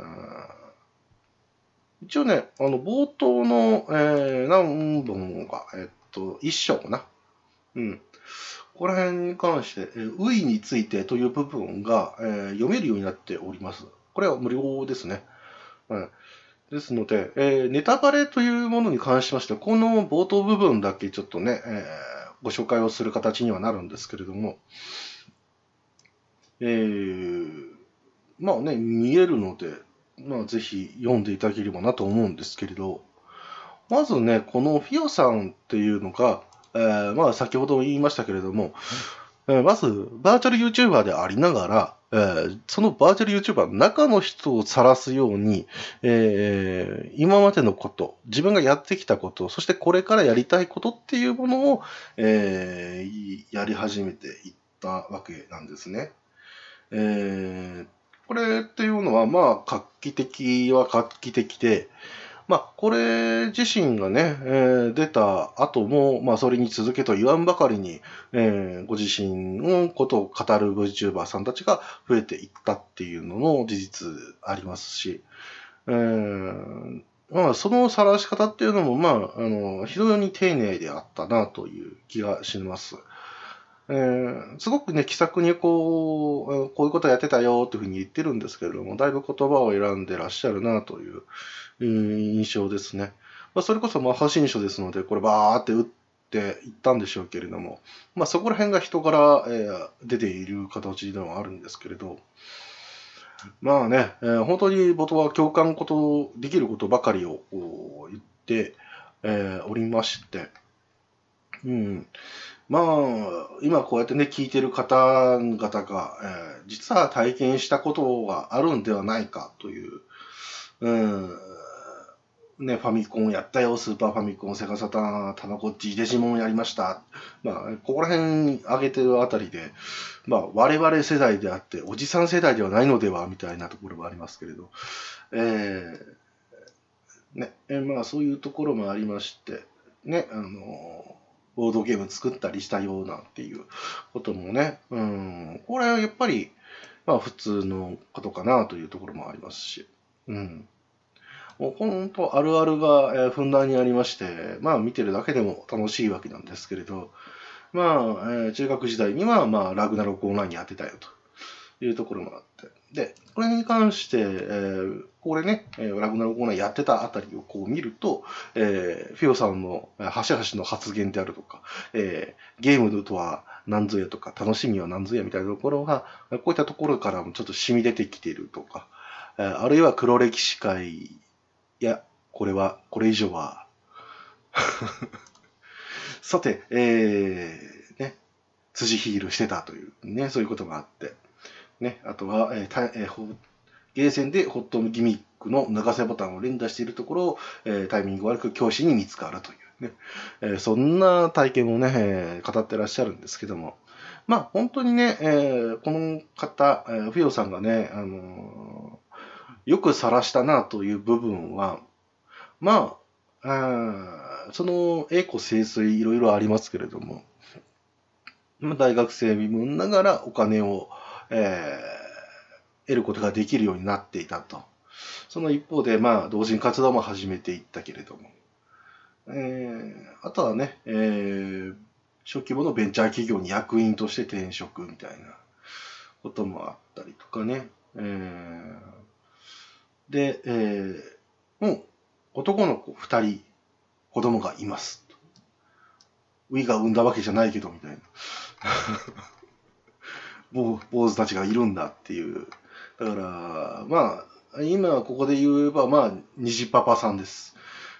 [SPEAKER 4] 一応ね、あの、冒頭の、えー、何本が、えっと、一章かな。うん。ここら辺に関して、えー、ウイについてという部分が、えー、読めるようになっております。これは無料ですね。はい。ですので、えー、ネタバレというものに関しまして、この冒頭部分だけちょっとね、えー、ご紹介をする形にはなるんですけれども、えー、まあね、見えるので、まあぜひ読んでいただければなと思うんですけれど、まずね、このフィオさんっていうのが、えー、まあ先ほど言いましたけれども、えー、まずバーチャル YouTuber でありながら、えー、そのバーチャル YouTuber の中の人を晒すように、えー、今までのこと、自分がやってきたこと、そしてこれからやりたいことっていうものを、えー、やり始めていったわけなんですね。えー、これっていうのは、まあ、画期的は画期的で、まあ、これ自身がね、えー、出た後も、まあ、それに続けと言わんばかりに、えー、ご自身のことを語る VTuber さんたちが増えていったっていうのも事実ありますし、えー、まあ、その晒し方っていうのも、まあ、あの、非常に丁寧であったなという気がします。えー、すごくね、気さくにこう、こういうことやってたよというふうに言ってるんですけれども、だいぶ言葉を選んでらっしゃるなという、えー、印象ですね。まあ、それこそまあ発信書ですので、これバーって打っていったんでしょうけれども、まあ、そこら辺が人から、えー、出ている形ではあるんですけれど、まあね、えー、本当に冒頭は共感ことできることばかりを言って、えー、おりまして、うん。まあ、今こうやってね、聞いてる方々が、えー、実は体験したことがあるんではないかという、うん、ね、ファミコンやったよ、スーパーファミコン、セガサターン、タマコッチ、デジモンやりました。まあ、ここら辺上げてるあたりで、まあ、我々世代であって、おじさん世代ではないのでは、みたいなところもありますけれど、えー、ね、えー、まあ、そういうところもありまして、ね、あの、ボードゲーム作ったりしたようなっていうこともね、うん、これはやっぱり、まあ普通のことかなというところもありますし、うん。もう本当あるあるが、えー、ふんだんにありまして、まあ見てるだけでも楽しいわけなんですけれど、まあ、えー、中学時代には、まあ、ラグナロクオンラインやってたよというところもあって、で、これに関して、えー、これね、ラグナロクオンラインやってたあたりをこう見ると、えー、フィオさんの端々の発言であるとか、えー、ゲームとは何ぞやとか、楽しみは何ぞやみたいなところが、こういったところからもちょっと染み出てきているとか、あるいは黒歴史会、いや、これは、これ以上は、 さて、えー、ね、辻ヒールしてたというね、そういうことがあって、ね、あとは、えーたえー、ゲーセンでホットギミックの脱がせボタンを連打しているところを、えー、タイミング悪く教師に見つかるというね、えー、そんな体験をね、えー、語ってらっしゃるんですけども、まあ本当にね、えー、この方、えー、フィオさんがね、あのー、よく晒したなという部分は、まあ、あその栄枯盛衰いろいろありますけれども、大学生身分ながらお金を、えー、得ることができるようになっていたと。その一方で、まあ、同人活動も始めていったけれども、えー、あとはね、えー、小規模のベンチャー企業に役員として転職みたいなこともあったりとかね。えー、で、えー、もう男の子二人子供がいます。ウィが産んだわけじゃないけどみたいな。坊主たちがいるんだっていう。だから、まあ、今ここで言えば、まあ、虹パパさんです。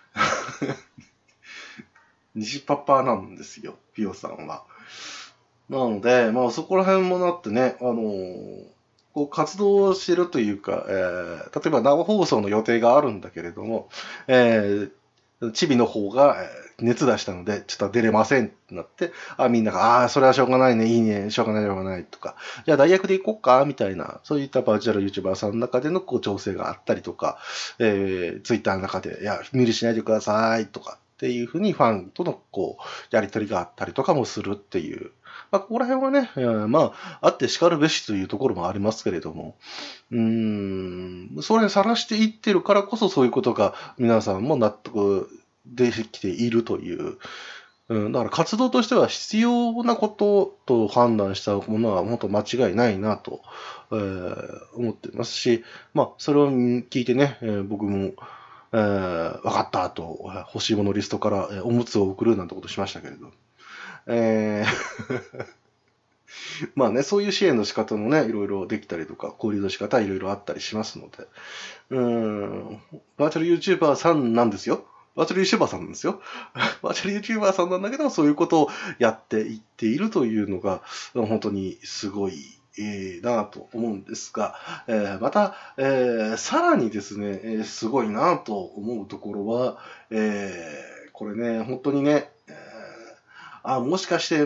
[SPEAKER 4] 虹パパなんですよ、ピオさんは。なので、まあそこら辺もなってね、あのー、こう活動してるというか、えー、例えば生放送の予定があるんだけれども、えー、チビの方が熱出したので、ちょっと出れませんってなって、あ、みんなが、ああ、それはしょうがないね、いいね、しょうがない、しょうがないとか、じゃあ代役で行こっかみたいな、そういったバーチャル YouTuber さんの中でのこう調整があったりとか、えー、Twitter の中で、いや、無理しないでくださいとか、っていうふうにファンとのこう、やりとりがあったりとかもするっていう。まあ、ここら辺はね、えー、まあ、あって叱るべしというところもありますけれども、うーん、それにさらしていってるからこそそういうことが皆さんも納得できているという。うん、だから活動としては必要なことと判断したものは本当間違いないなと、えー、思っていますし、まあ、それを聞いてね、えー、僕も、えー、分かったと、欲しいものリストから、えー、おむつを送るなんてことしましたけれど。えーまあね、そういう支援の仕方もね、いろいろできたりとか、交流の仕方いろいろあったりしますので、うーん、バーチャル YouTuber さんなんですよ。バーチャル YouTuber さんなんですよ。バーチャル YouTuber さんなんだけど、そういうことをやっていっているというのが、本当にすごい、えー、なと思うんですが、えー、また、えー、さらにですね、えー、すごいなと思うところは、えー、これね、本当にね、えー、あ、もしかしてって、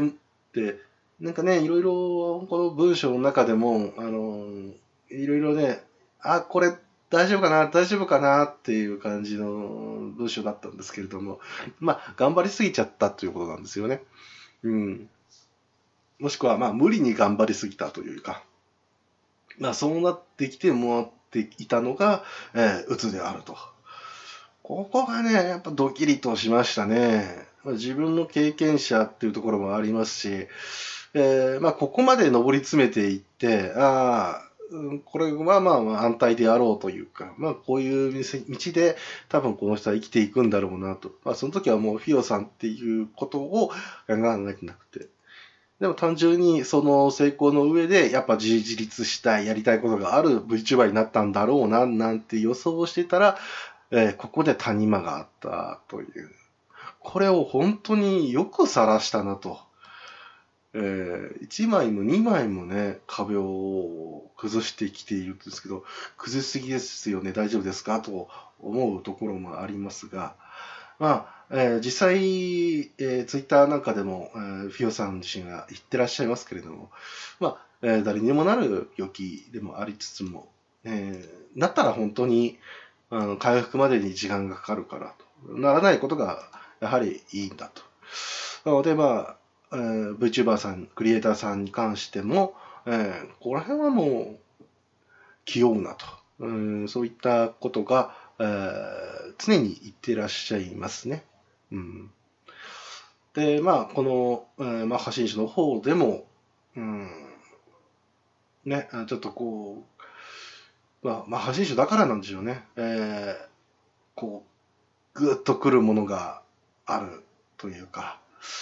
[SPEAKER 4] なんかね、いろいろこの文章の中でも、あの、いろいろね、あ、これ大丈夫かな、大丈夫かなっていう感じの文章だったんですけれども、まあ、頑張りすぎちゃったということなんですよね。うん。もしくは、まあ、無理に頑張りすぎたというか、まあ、そうなってきてもらっていたのが、えー、鬱であると。ここがね、やっぱドキリとしましたね。自分の経験者っていうところもありますし、えー、まあ、ここまで上り詰めていって、ああ、これはまあ安泰であろうというか、まあこういう道で多分この人は生きていくんだろうなと。まあその時はもうフィオさんっていうことを考えなきゃなくて。でも単純にその成功の上でやっぱ自立したい、やりたいことがある VTuber になったんだろうな、なんて予想をしてたら、えー、ここで谷間があったという。これを本当によく晒したなと。えー、いちまいもにまいもね、壁を崩してきているんですけど、崩しすぎですよね、大丈夫ですかと思うところもありますが、まあ、えー、実際、えー、ツイッターなんかでも、えー、フィオさん自身が言ってらっしゃいますけれども、まあ、えー、誰にもなる病気でもありつつも、えー、なったら本当にあの回復までに時間がかかるからと、ならないことがやはりいいんだと。なので、まあ、えー、VTuber さん、クリエイターさんに関しても、えー、ここら辺はもう気負うなと、うん、そういったことが、えー、常に言ってらっしゃいますね。うん、で、まあ、この、えー、マッハ新種の方でも、うん、ね、ちょっとこう、まあ、マッハ新種だからなんでしょうね。えー、こう、ぐーっとくるものがあるというか、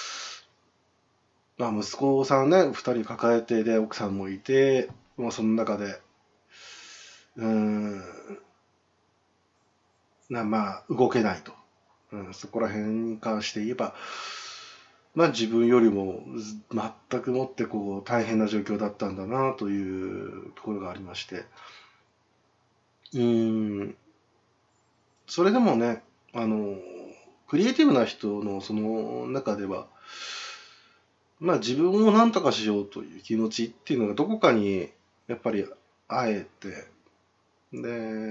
[SPEAKER 4] まあ、息子さんね、二人抱えて、で、奥さんもいて、まあ、その中で、うーん、なまあ、動けないと。 うん、そこら辺に関して言えば、まあ自分よりも全くもってこう大変な状況だったんだなというところがありまして、うーん、それでもね、あの、クリエイティブな人のその中では、まあ自分を何とかしようという気持ちっていうのがどこかにやっぱりあえて、で、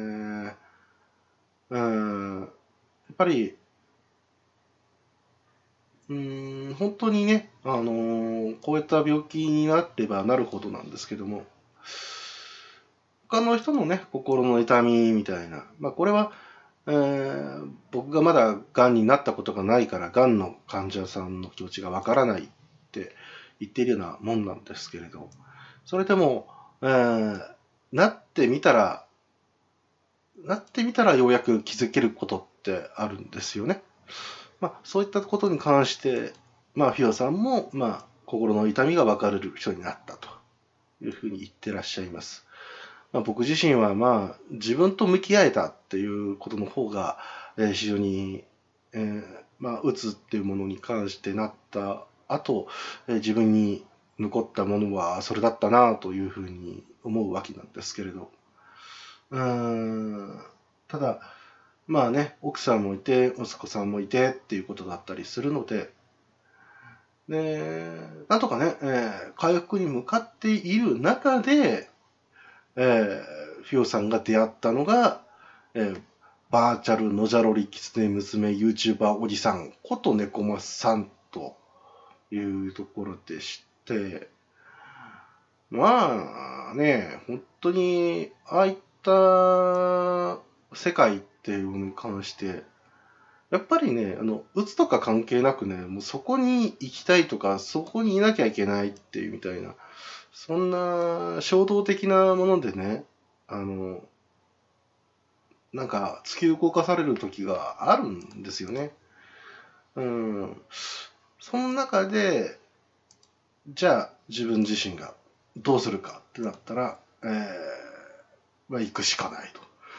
[SPEAKER 4] うん、やっぱり、うーん、本当にね、あのーこういった病気になればなるほどなんですけども、他の人のね、心の痛みみたいな、まあこれは、えー僕がまだ癌になったことがないから、癌の患者さんの気持ちがわからないって言っているようなもんなんですけれど、それでも、えーなってみたら、なってみたらようやく気づけることってあるんですよね。まあ、そういったことに関して、まあ、フィオさんも、まあ、心の痛みが分かれる人になったというふうに言ってらっしゃいます。まあ、僕自身は、まあ、自分と向き合えたっていうことの方が、えー非常に、えーまあ、うつっていうものに関してなった後、えー自分に残ったものはそれだったなというふうに思うわけなんですけれど、うーん、ただ、まあね、奥さんもいて、息子さんもいてっていうことだったりするので、で、なんとかね、えー回復に向かっている中で、えーフィオさんが出会ったのが、えーバーチャルのじゃろりきつね娘 YouTuber おじさんこと猫松さんというところでして、まあね、本当に、ああいった世界っていうのに関して、やっぱりね、あの、うつとか関係なくね、もうそこに行きたいとか、そこにいなきゃいけないっていうみたいな、そんな衝動的なものでね、あの、なんか突き動かされる時があるんですよね。うん。その中で、じゃあ自分自身がどうするかってなったら、えー、まあ行くしかない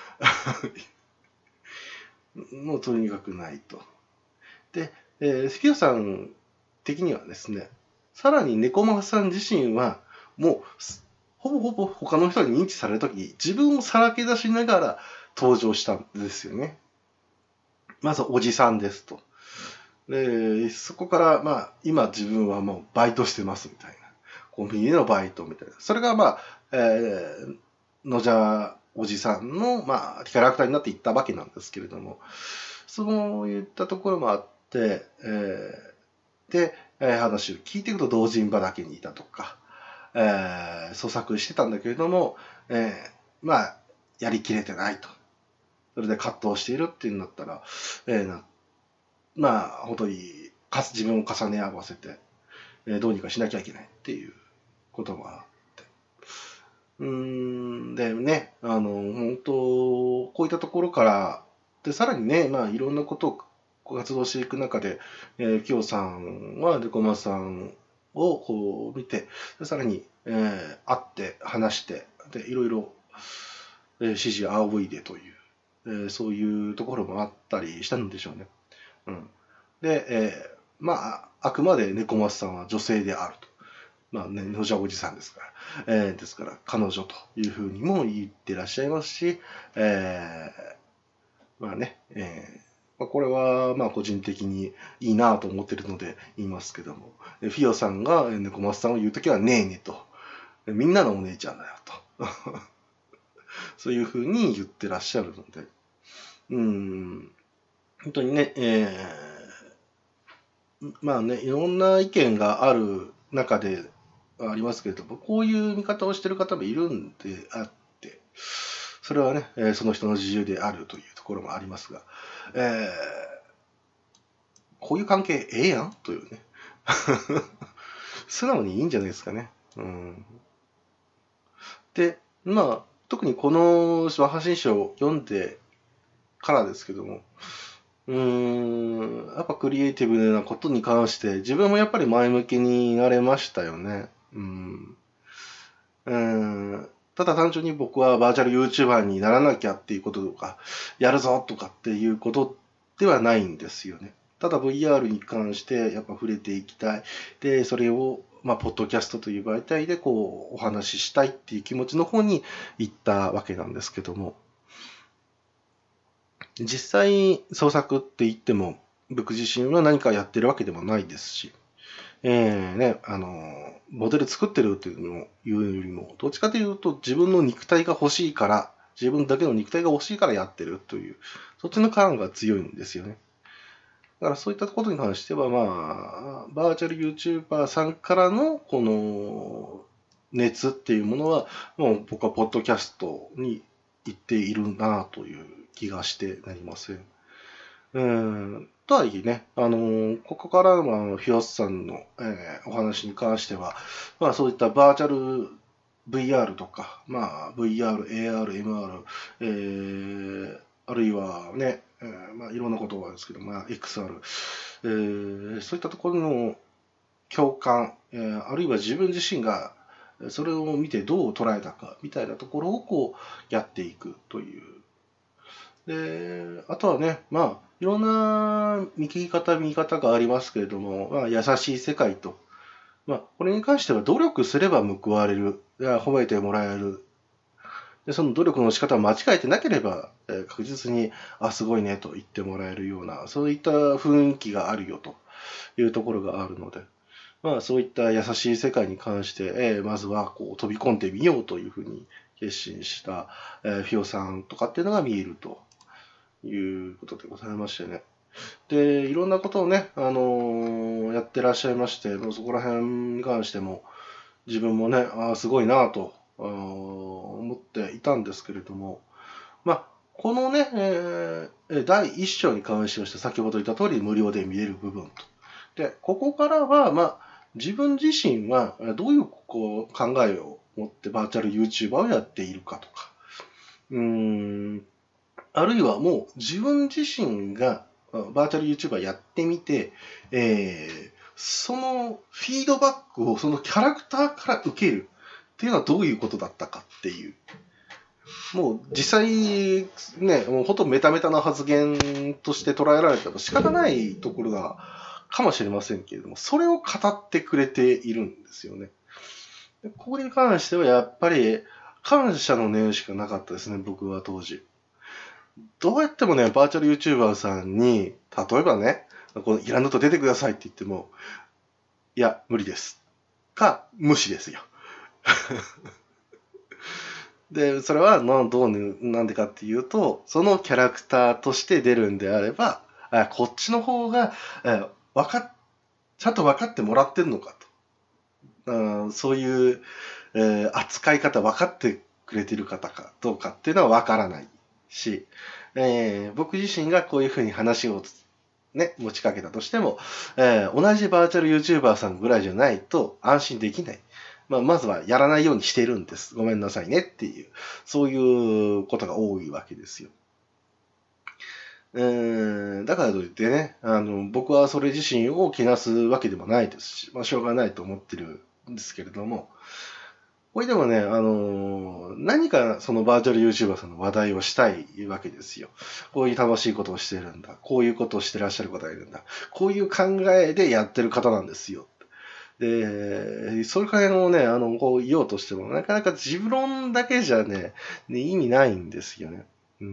[SPEAKER 4] と。もうとにかくないと。で、えー、スピオさん的にはですね、さらに猫マさん自身は、もう、ほぼほぼ他の人に認知されるときに自分をさらけ出しながら登場したんですよね。まずおじさんですと。で、そこから、まあ、今自分はもうバイトしてますみたいな。コンビニでのバイトみたいな。それがまあ、えー、のじゃおじさんの、まあ、キャラクターになっていったわけなんですけれども、そういったところもあって、えー、で、えー話を聞いていくと同人畑にいたとか、えー、創作してたんだけれども、えー、まあ、やりきれてないと。それで葛藤しているっていうんだったら、えー、なまあ、本当にか自分を重ね合わせて、えーどうにかしなきゃいけないっていうこともあって。うーん、でね、あの、本当、こういったところから、で、さらにね、まあ、いろんなことを活動していく中で、えー、キヨさんはデコマさんをこう見て、でさらに、えー会って話して、で、いろいろ、えー指示仰いでという、えーそういうところもあったりしたんでしょうね。うん、で、えーまあ、あくまで猫松さんは女性であると。まあね、のじゃおじさんですから。えーですから、彼女というふうにも言ってらっしゃいますし、えーまあね、えーまあ、これは、まあ個人的にいいなと思ってるので言いますけども、フィオさんが猫松さんを言うときはねえねと。みんなのお姉ちゃんだよと。そういうふうに言ってらっしゃるので、うん、本当にね、えーまあね、いろんな意見がある中ではありますけれども、こういう見方をしている方もいるんであって、それはね、えーその人の自由であるというところもありますが、えーこういう関係ええやんというね。素直にいいんじゃないですかね。うん、で、まあ、特にこの和新書を読んでからですけども、うーん、やっぱクリエイティブなことに関して自分もやっぱり前向きになれましたよね。うん。うん、ただ単純に僕はバーチャル YouTuber にならなきゃっていうこととか、やるぞとかっていうことっではないんですよね。ただ ブイアール に関してやっぱ触れていきたい。で、それを、まあ、ポッドキャストという媒体でこう、お話ししたいっていう気持ちの方に行ったわけなんですけども、実際創作って言っても、僕自身は何かやってるわけでもないですし、えー、ね、あの、モデル作ってるっていうのを言うよりも、どっちかというと自分の肉体が欲しいから、自分だけの肉体が欲しいからやってるという、そっちの感が強いんですよね。だからそういったことに関しては、まあ、バーチャル YouTuber さんからのこの熱っていうものは、もう僕はポッドキャストに行っているなという気がしてなりません。うんとはいえね、あのー、ここからはフィオスさんの、えー、お話に関しては、まあそういったバーチャル ブイアール とか、まあ ブイアール、エーアール、エムアール、えー、あるいはね、えー、まあいろんなことがあるんですけど、まあ エックスアール、えー、そういったところの共感、えー、あるいは自分自身がそれを見てどう捉えたかみたいなところをこうやっていくという。で、あとはね、まあ、いろんな見切り方、見方がありますけれども、まあ、優しい世界と、まあ、これに関しては努力すれば報われる、褒めてもらえる。で、その努力の仕方を間違えてなければ、えー、確実に、あ、すごいねと言ってもらえるような、そういった雰囲気があるよというところがあるので、まあ、そういった優しい世界に関して、えー、まずはこう飛び込んでみようというふうに決心した、えー、フィオさんとかっていうのが見えるということでございましてね。で、いろんなことをね、あのー、やってらっしゃいまして、もうそこら辺に関しても自分もね、あすごいなぁと思っていたんですけれども、まあ、このね、えー、だいいっ章に関しまして、先ほど言った通り無料で見れる部分と。で、ここからは、まあ、自分自身はどういうこう考えを持ってバーチャル YouTuber をやっているかとか、うーん、あるいはもう自分自身がバーチャル YouTuber やってみて、えー、そのフィードバックをそのキャラクターから受けるっていうのはどういうことだったかっていう。もう実際ね、もうほんとメタメタな発言として捉えられても仕方ないところがかもしれませんけれども、それを語ってくれているんですよね。ここに関してはやっぱり感謝の念しかなかったですね、僕は当時。どうやってもね、バーチャル YouTuber さんに、例えばね、このイランドと出てくださいって言っても、いや、無理です。か、無視ですよ。で、それはどうなんでかっていうと、そのキャラクターとして出るんであれば、こっちの方が、わかっ、ちゃんと分かってもらってるのかと。そういう、えー、扱い方分かってくれてる方かどうかっていうのは分からないし、えー、僕自身がこういうふうに話をね、持ちかけたとしても、えー、同じバーチャル YouTuber さんぐらいじゃないと安心できない。まあ、まずはやらないようにしているんです。ごめんなさいねっていう、そういうことが多いわけですよ。えー、だからといってね、あの、僕はそれ自身をけなすわけでもないですし、まあ、しょうがないと思ってるんですけれども、これでもね、あのー、何かそのバーチャル YouTuber さんの話題をしたいわけですよ。こういう楽しいことをしてるんだ。こういうことをしてらっしゃる方がいるんだ。こういう考えでやってる方なんですよ。で、そういう感じのね、あの、こう言おうとしても、なかなか自論だけじゃね、ね意味ないんですよね。うん。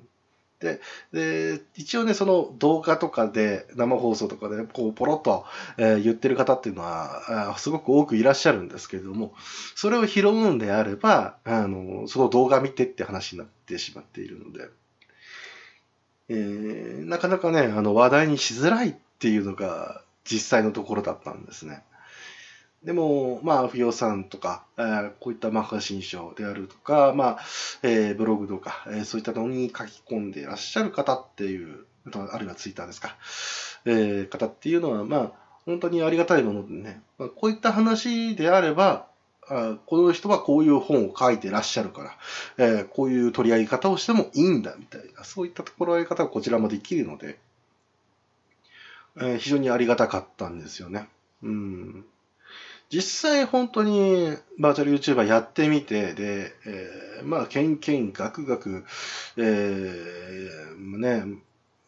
[SPEAKER 4] で、で、一応ね、その動画とかで、生放送とかで、こう、ポロッと、えー、言ってる方っていうのは、すごく多くいらっしゃるんですけれども、それを拾うんであれば、あの、その動画見てって話になってしまっているので、えー、なかなかね、あの、話題にしづらいっていうのが実際のところだったんですね。でも、まあ、フィオさんとか、えー、こういったマガジン賞であるとか、まあ、えー、ブログとか、えー、そういったのに書き込んでいらっしゃる方っていう、あるいはツイッターですか、えー、方っていうのは、まあ、本当にありがたいものでね、まあ、こういった話であれば、あこの人はこういう本を書いてらっしゃるから、えー、こういう取り上げ方をしてもいいんだみたいな、そういったところ上げ方がこちらもできるので、えー、非常にありがたかったんですよね。うん実際本当にバーチャル YouTuber やってみて、で、えー、まあ、けんけんがくがく、えー、ね、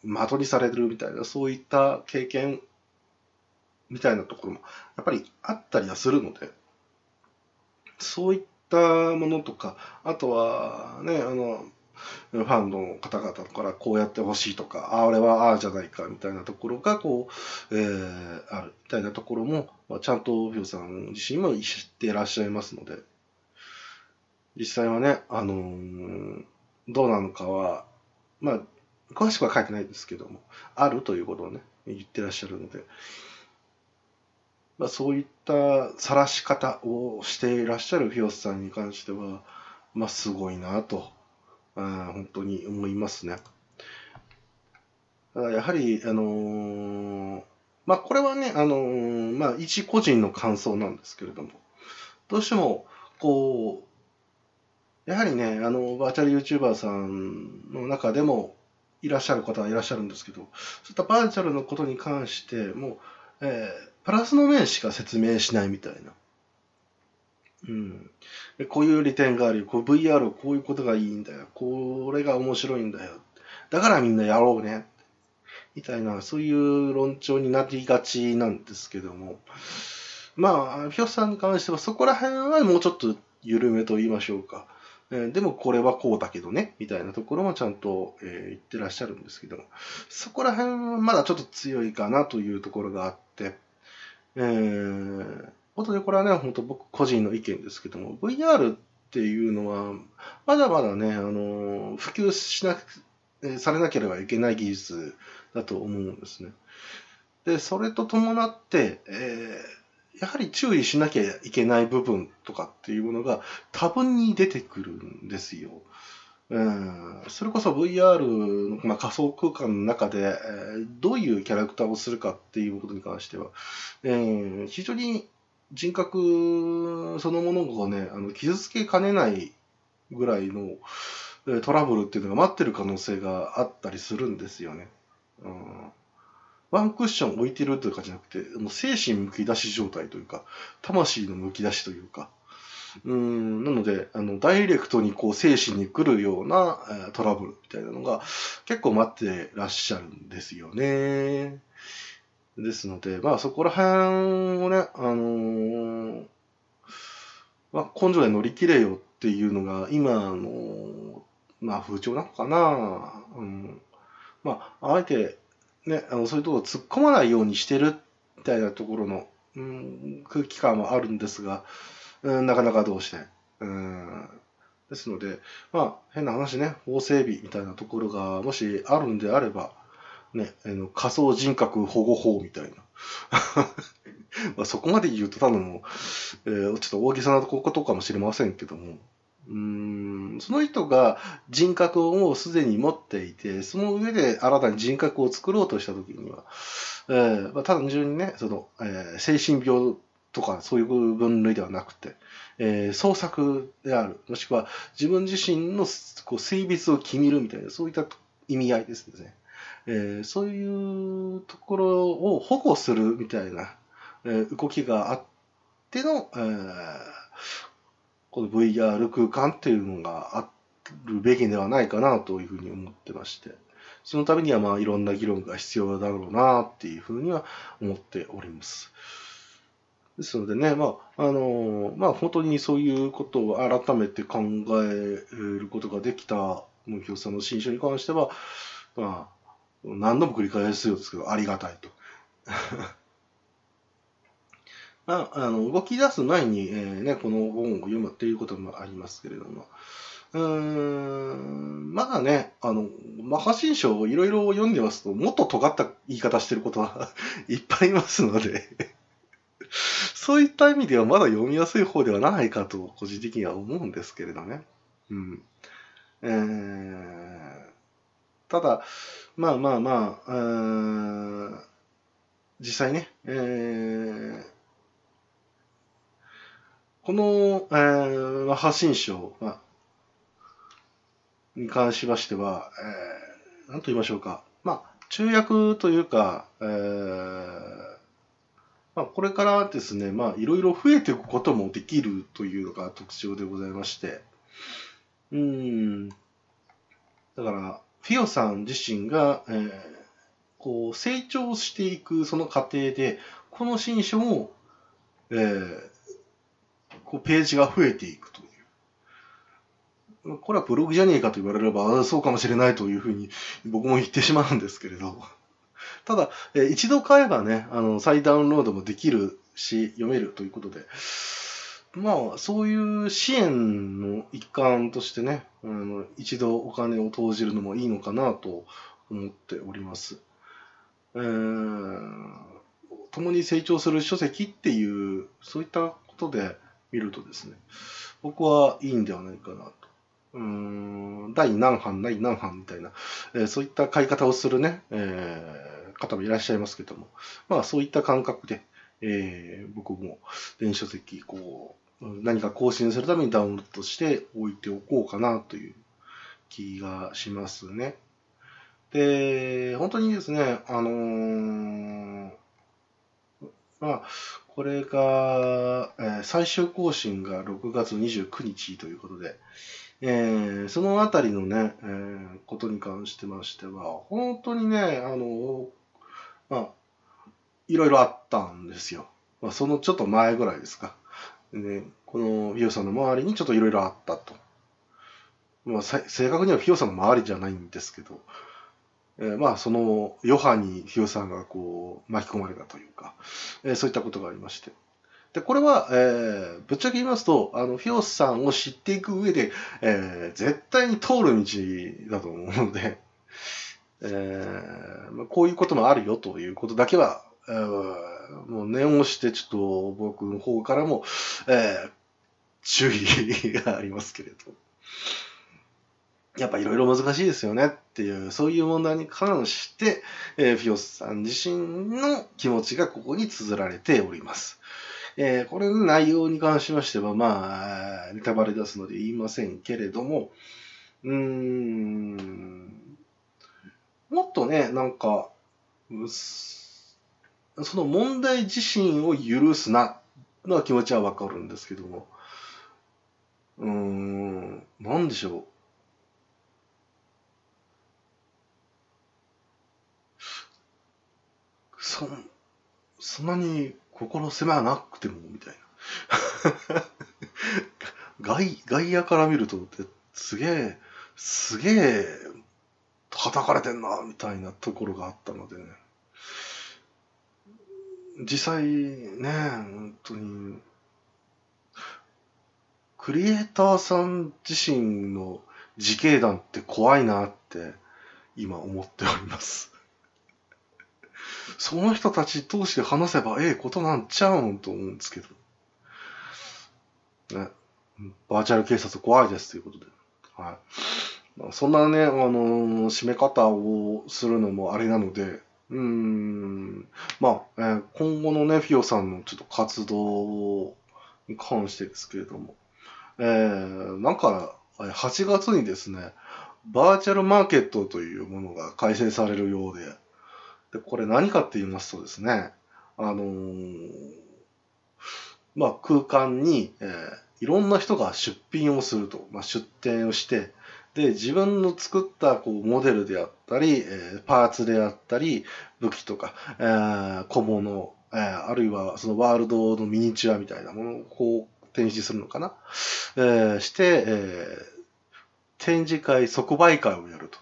[SPEAKER 4] 的にされるみたいな、そういった経験みたいなところもやっぱりあったりはするので、そういったものとか、あとはね、あの、ファンの方々からこうやってほしいとか、あ俺はああじゃないかみたいなところがこう、えー、あるみたいなところも、まあ、ちゃんとフィオさん自身も知っていらっしゃいますので、実際はね、あのー、どうなのかは、まあ、詳しくは書いてないですけども、あるということをね、言ってらっしゃるので、まあ、そういった晒し方をしていらっしゃるフィオスさんに関しては、まあ、すごいなと、あ本当に思いますね。やはり、あのー、まあ、これはね、あのー、まあ、一個人の感想なんですけれども、どうしても、こう、やはりね、あの、バーチャル YouTuber さんの中でもいらっしゃる方はいらっしゃるんですけど、そういったバーチャルのことに関して、もう、えー、プラスの面しか説明しないみたいな。うん、でこういう利点があるよ、こう ブイアール こういうことがいいんだよ、これが面白いんだよ、だからみんなやろうね、みたいな、そういう論調になりがちなんですけども、まあ、フィオスさんに関してはそこら辺はもうちょっと緩めと言いましょうか。えー、でもこれはこうだけどね、みたいなところもちゃんと、えー、言ってらっしゃるんですけども、そこら辺はまだちょっと強いかなというところがあって、えー本当にこれはね、本当僕個人の意見ですけども、ブイアール っていうのは、まだまだね、あの、普及しなく、されなければいけない技術だと思うんですね。で、それと伴って、えー、やはり注意しなきゃいけない部分とかっていうものが多分に出てくるんですよ。うん、それこそ ブイアール の、まあ、仮想空間の中で、えー、どういうキャラクターをするかっていうことに関しては、えー、非常に人格そのものがね、あの傷つけかねないぐらいのトラブルっていうのが待ってる可能性があったりするんですよね。うん、ワンクッション置いてるというかじゃなくて、もう精神むき出し状態というか、魂のむき出しというか、うんなのであの、ダイレクトにこう精神に来るような、えー、トラブルみたいなのが結構待ってらっしゃるんですよね。ですので、まあそこら辺をね、あのー、まあ、根性で乗り切れよっていうのが今の、まあ風潮なのかな。うん、まあ、あえて、ね、あのそういうところを突っ込まないようにしてるみたいなところの、うん、空気感はあるんですが、うん、なかなかどうして。うんですので、まあ変な話ね、法整備みたいなところがもしあるんであれば、ね、あの仮想人格保護法みたいな。まあそこまで言うとただの、えー、ちょっと大げさなことかもしれませんけども、うーんその人が人格をもうすでに持っていて、その上で新たに人格を作ろうとしたときには、えーまあ、単純にね、その、えー、精神病とかそういう分類ではなくて、えー、創作である、もしくは自分自身のこう性別を決めるみたいな、そういった意味合いですね。えー、そういうところを保護するみたいな、えー、動きがあっての、えー、この ブイアール 空間っていうのがあるべきではないかなというふうに思ってまして、そのためにはまあいろんな議論が必要だろうなっていうふうには思っております。ですのでね、まあ、あのー、まあ本当にそういうことを改めて考えることができたムヒョさんの新書に関しては、まあ、何度も繰り返すようですけど、ありがたいと。まあ、あの動き出す前に、えーね、この本を読むっていうこともありますけれども、うーんまだね、あの、マガジン書をいろいろ読んでますと、もっと尖った言い方してることはいっぱいいますので、そういった意味ではまだ読みやすい方ではないかと、個人的には思うんですけれどね。うんえー、ただ、まあまあまあ、あ実際ね、えー、この、えー、発信書、まあ、に関しましては、えー、何と言いましょうか。まあ、中訳というか、えーまあ、これからですね、まあ、いろいろ増えていくこともできるというのが特徴でございまして、うーん、だから、 フィオさん自身が、えー、こう成長していくその過程で、この新書も、えー、こうページが増えていくという。これはブログじゃねえかと言われれば、そうかもしれないというふうに僕も言ってしまうんですけれど。ただ、えー、一度買えばね、あの、再ダウンロードもできるし、読めるということで、まあ、そういう支援の一環としてね、あの一度お金を投じるのもいいのかなと思っております。えー、共に成長する書籍っていう、そういったことで見るとですね、僕はいいんではないかなと。うーん、第何版、第何版みたいな、えー、そういった買い方をするね、えー、方もいらっしゃいますけども、まあそういった感覚で、えー、僕も電子書籍、こう、何か更新するためにダウンロードして置いておこうかなという気がしますね。で、本当にですね、あのー、まあ、これが、えー、最終更新がろくがつにじゅうくにちということで、えー、そのあたりのね、えー、ことに関してましては、本当にね、あの、まあ、いろいろあったんですよ。まあ、そのちょっと前ぐらいですか。ね、このフィオさんの周りにちょっといろいろあったと。まあ、正確にはフィオさんの周りじゃないんですけど、えー、まあその余波にフィオさんがこう巻き込まれたというか、えー、そういったことがありまして。で、これは、えー、ぶっちゃけ言いますと、あの、フィオさんを知っていく上で、えー、絶対に通る道だと思うので、えーまあ、こういうこともあるよということだけは、えー、もう念を押してちょっと僕の方からも、えー、注意がありますけれど。やっぱいろいろ難しいですよねっていう、そういう問題に関して、えー、フィオスさん自身の気持ちがここに綴られております。えー、これの内容に関しましては、まあ、ネタバレ出すので言いませんけれども、うーん、もっとね、なんか、その問題自身を許すな、の気持ちはわかるんですけども、うーん、なんでしょう。そ、そんなに心狭なくても、みたいな。外、外野から見ると、すげえ、すげえ、叩かれてんな、みたいなところがあったのでね。実際ね、本当に、クリエイターさん自身の自警団って怖いなって今思っております。その人たち通して話せばええことなんちゃうんと思うんですけど。ね。バーチャル警察怖いですということで。はい。そんなね、あの、締め方をするのもあれなので、うーん、まあ、えー、今後のね、フィオさんのちょっと活動に関してですけれども、えー、なんか、はちがつにですね、バーチャルマーケットというものが開催されるようで、で、これ何かって言いますとですね、あのー、まあ、空間に、えー、いろんな人が出品をすると、まあ、出展をして、で、自分の作ったこうモデルであったり、えー、パーツであったり、武器とか、えー、小物、えー、あるいはそのワールドのミニチュアみたいなものをこう展示するのかな、えー、して、えー、展示会、即売会をやると。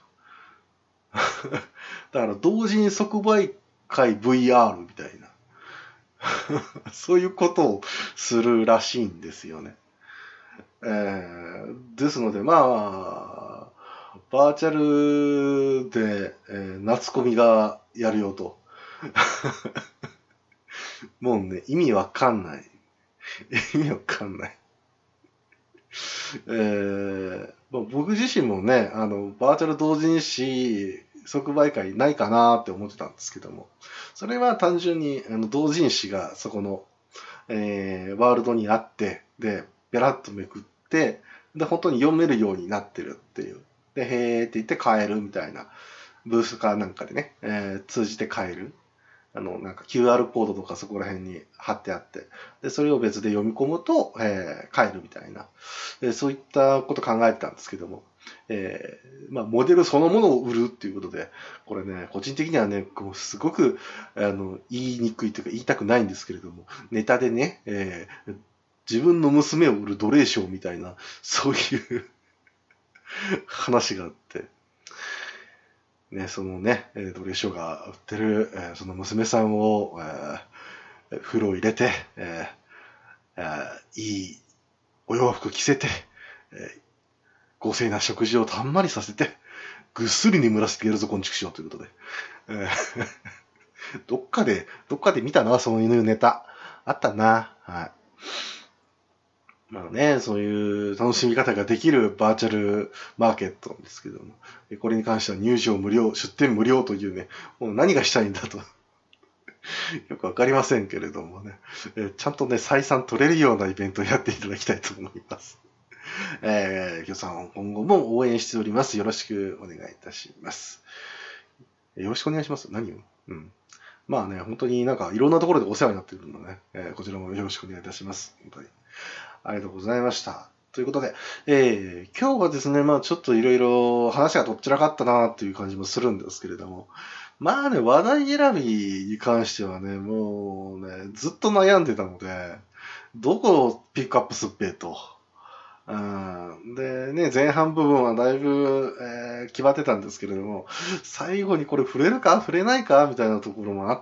[SPEAKER 4] だから同時に即売会 ブイアール みたいな。そういうことをするらしいんですよね。えー、ですので、まあ、バーチャルで、えー、夏コミがやるよと。もうね、意味わかんない。意味わかんない。えー、僕自身もね、あの、バーチャル同人誌即売会ないかなって思ってたんですけども、それは単純にあの同人誌がそこの、えー、ワールドにあって、で、ベラッとめくって、で、本当に読めるようになってるっていう。で、へーって言って買えるみたいな、ブースかなんかでね、えー、通じて買える。あの、なんか キューアール コードとかそこら辺に貼ってあって、で、それを別で読み込むと、えー、買えるみたいな、えー、そういったこと考えてたんですけども、 えー、まあ、モデルそのものを売るっていうことで、これね、個人的にはね、こうすごく、あの、言いにくいというか言いたくないんですけれども、ネタでね、えー、自分の娘を売る奴隷商みたいな、そういう話があって、ね、そのね、奴隷商が売ってる、えー、その娘さんを、えー、風呂入れて、えーえー、いいお洋服着せて、えー、豪勢な食事をたんまりさせて、ぐっすり眠らせてやるぞ、こんちくしようということで。えー、どっかで、どっかで見たな、そういうネタ。あったな。はい。まあね、そういう楽しみ方ができるバーチャルマーケットなんですけども、これに関しては入場無料、出店無料というね、もう何がしたいんだと。よくわかりませんけれどもね、ちゃんとね、採算取れるようなイベントをやっていただきたいと思います。えー、きょさん今後も応援しております。よろしくお願いいたします。よろしくお願いします。何をうん。まあね、本当になんかいろんなところでお世話になっているのでね、えー、こちらもよろしくお願いいたします。本当に。ありがとうございました。ということで、えー、今日はですね、まあちょっといろいろ話がどっちらかったなっていう感じもするんですけれども、まあね、話題選びに関してはね、もうね、ずっと悩んでたので、どこをピックアップすっぺと。うん、でね、前半部分はだいぶ、えー、決まってたんですけれども、最後にこれ触れるか触れないかみたいなところもあって、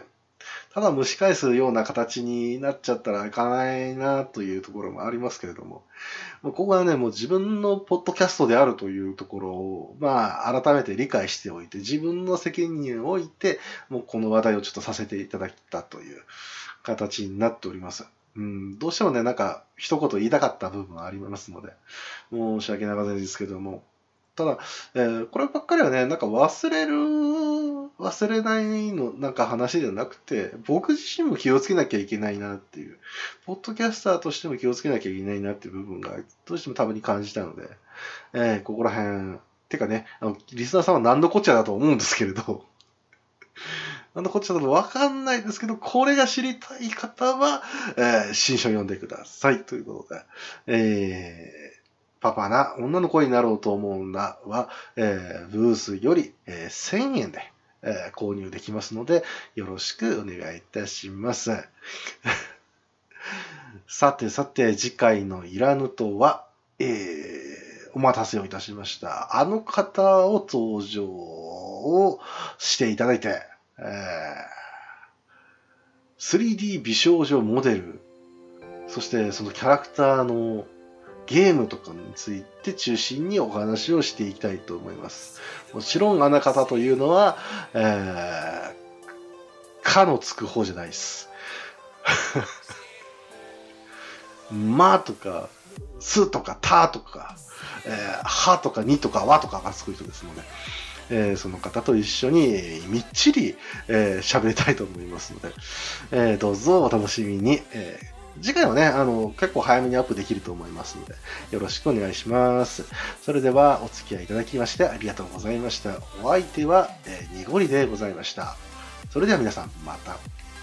[SPEAKER 4] ただ蒸し返すような形になっちゃったらいかないなというところもありますけれども、もうここはね、もう自分のポッドキャストであるというところを、まあ、改めて理解しておいて、自分の責任を置いて、もうこの話題をちょっとさせていただいたという形になっております。うん、どうしてもね、なんか、一言言いたかった部分はありますので、申し訳なかったですけども、ただ、えー、こればっかりはね、なんか忘れる、忘れないの、なんか話ではなくて、僕自身も気をつけなきゃいけないなっていう、ポッドキャスターとしても気をつけなきゃいけないなっていう部分が、どうしてもたまに感じたので、えー、ここら辺、てかね、あの、リスナーさんは何のこっちゃだと思うんですけれど、なんだこっちだとわかんないですけど、これが知りたい方は、えー、新書読んでください。ということで、えー、パパな女の子になろうと思うんだは、えー、ブースより、えー、せんえんで、えー、購入できますので、よろしくお願いいたします。さてさて、次回のいらぬとは、えー、お待たせをいたしました。あの方を登場をしていただいて、えー、スリーディー 美少女モデル、そしてそのキャラクターのゲームとかについて中心にお話をしていきたいと思います。もちろんあの方というのは、えー、かのつく方じゃないです。まとか、すとか、たとか、えー、はとかにとかわとかがつく人ですので、えー、その方と一緒にみっちり喋、えー、りたいと思いますので、えー、どうぞお楽しみに、えー、次回はね、あの、結構早めにアップできると思いますので、よろしくお願いします。それではお付き合いいただきましてありがとうございました。お相手は、えー、にごりでございました。それでは皆さん、また。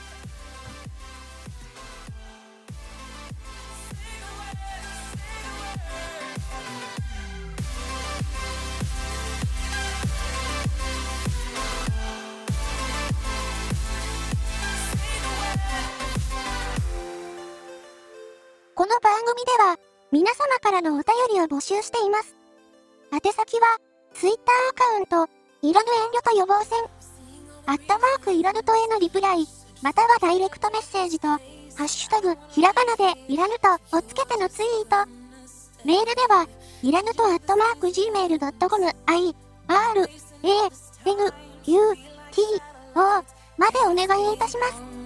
[SPEAKER 3] この番組では、皆様からのお便りを募集しています。宛先は、Twitter アカウント、いらぬ遠慮と予防線、アットマークいらぬとへのリプライ、またはダイレクトメッセージと、ハッシュタグ、ひらがなでいらぬとをつけてのツイート。メールでは、いらぬとアットマーク ジーメールドットコム、I、R、A、N、U、T、O までお願いいたします。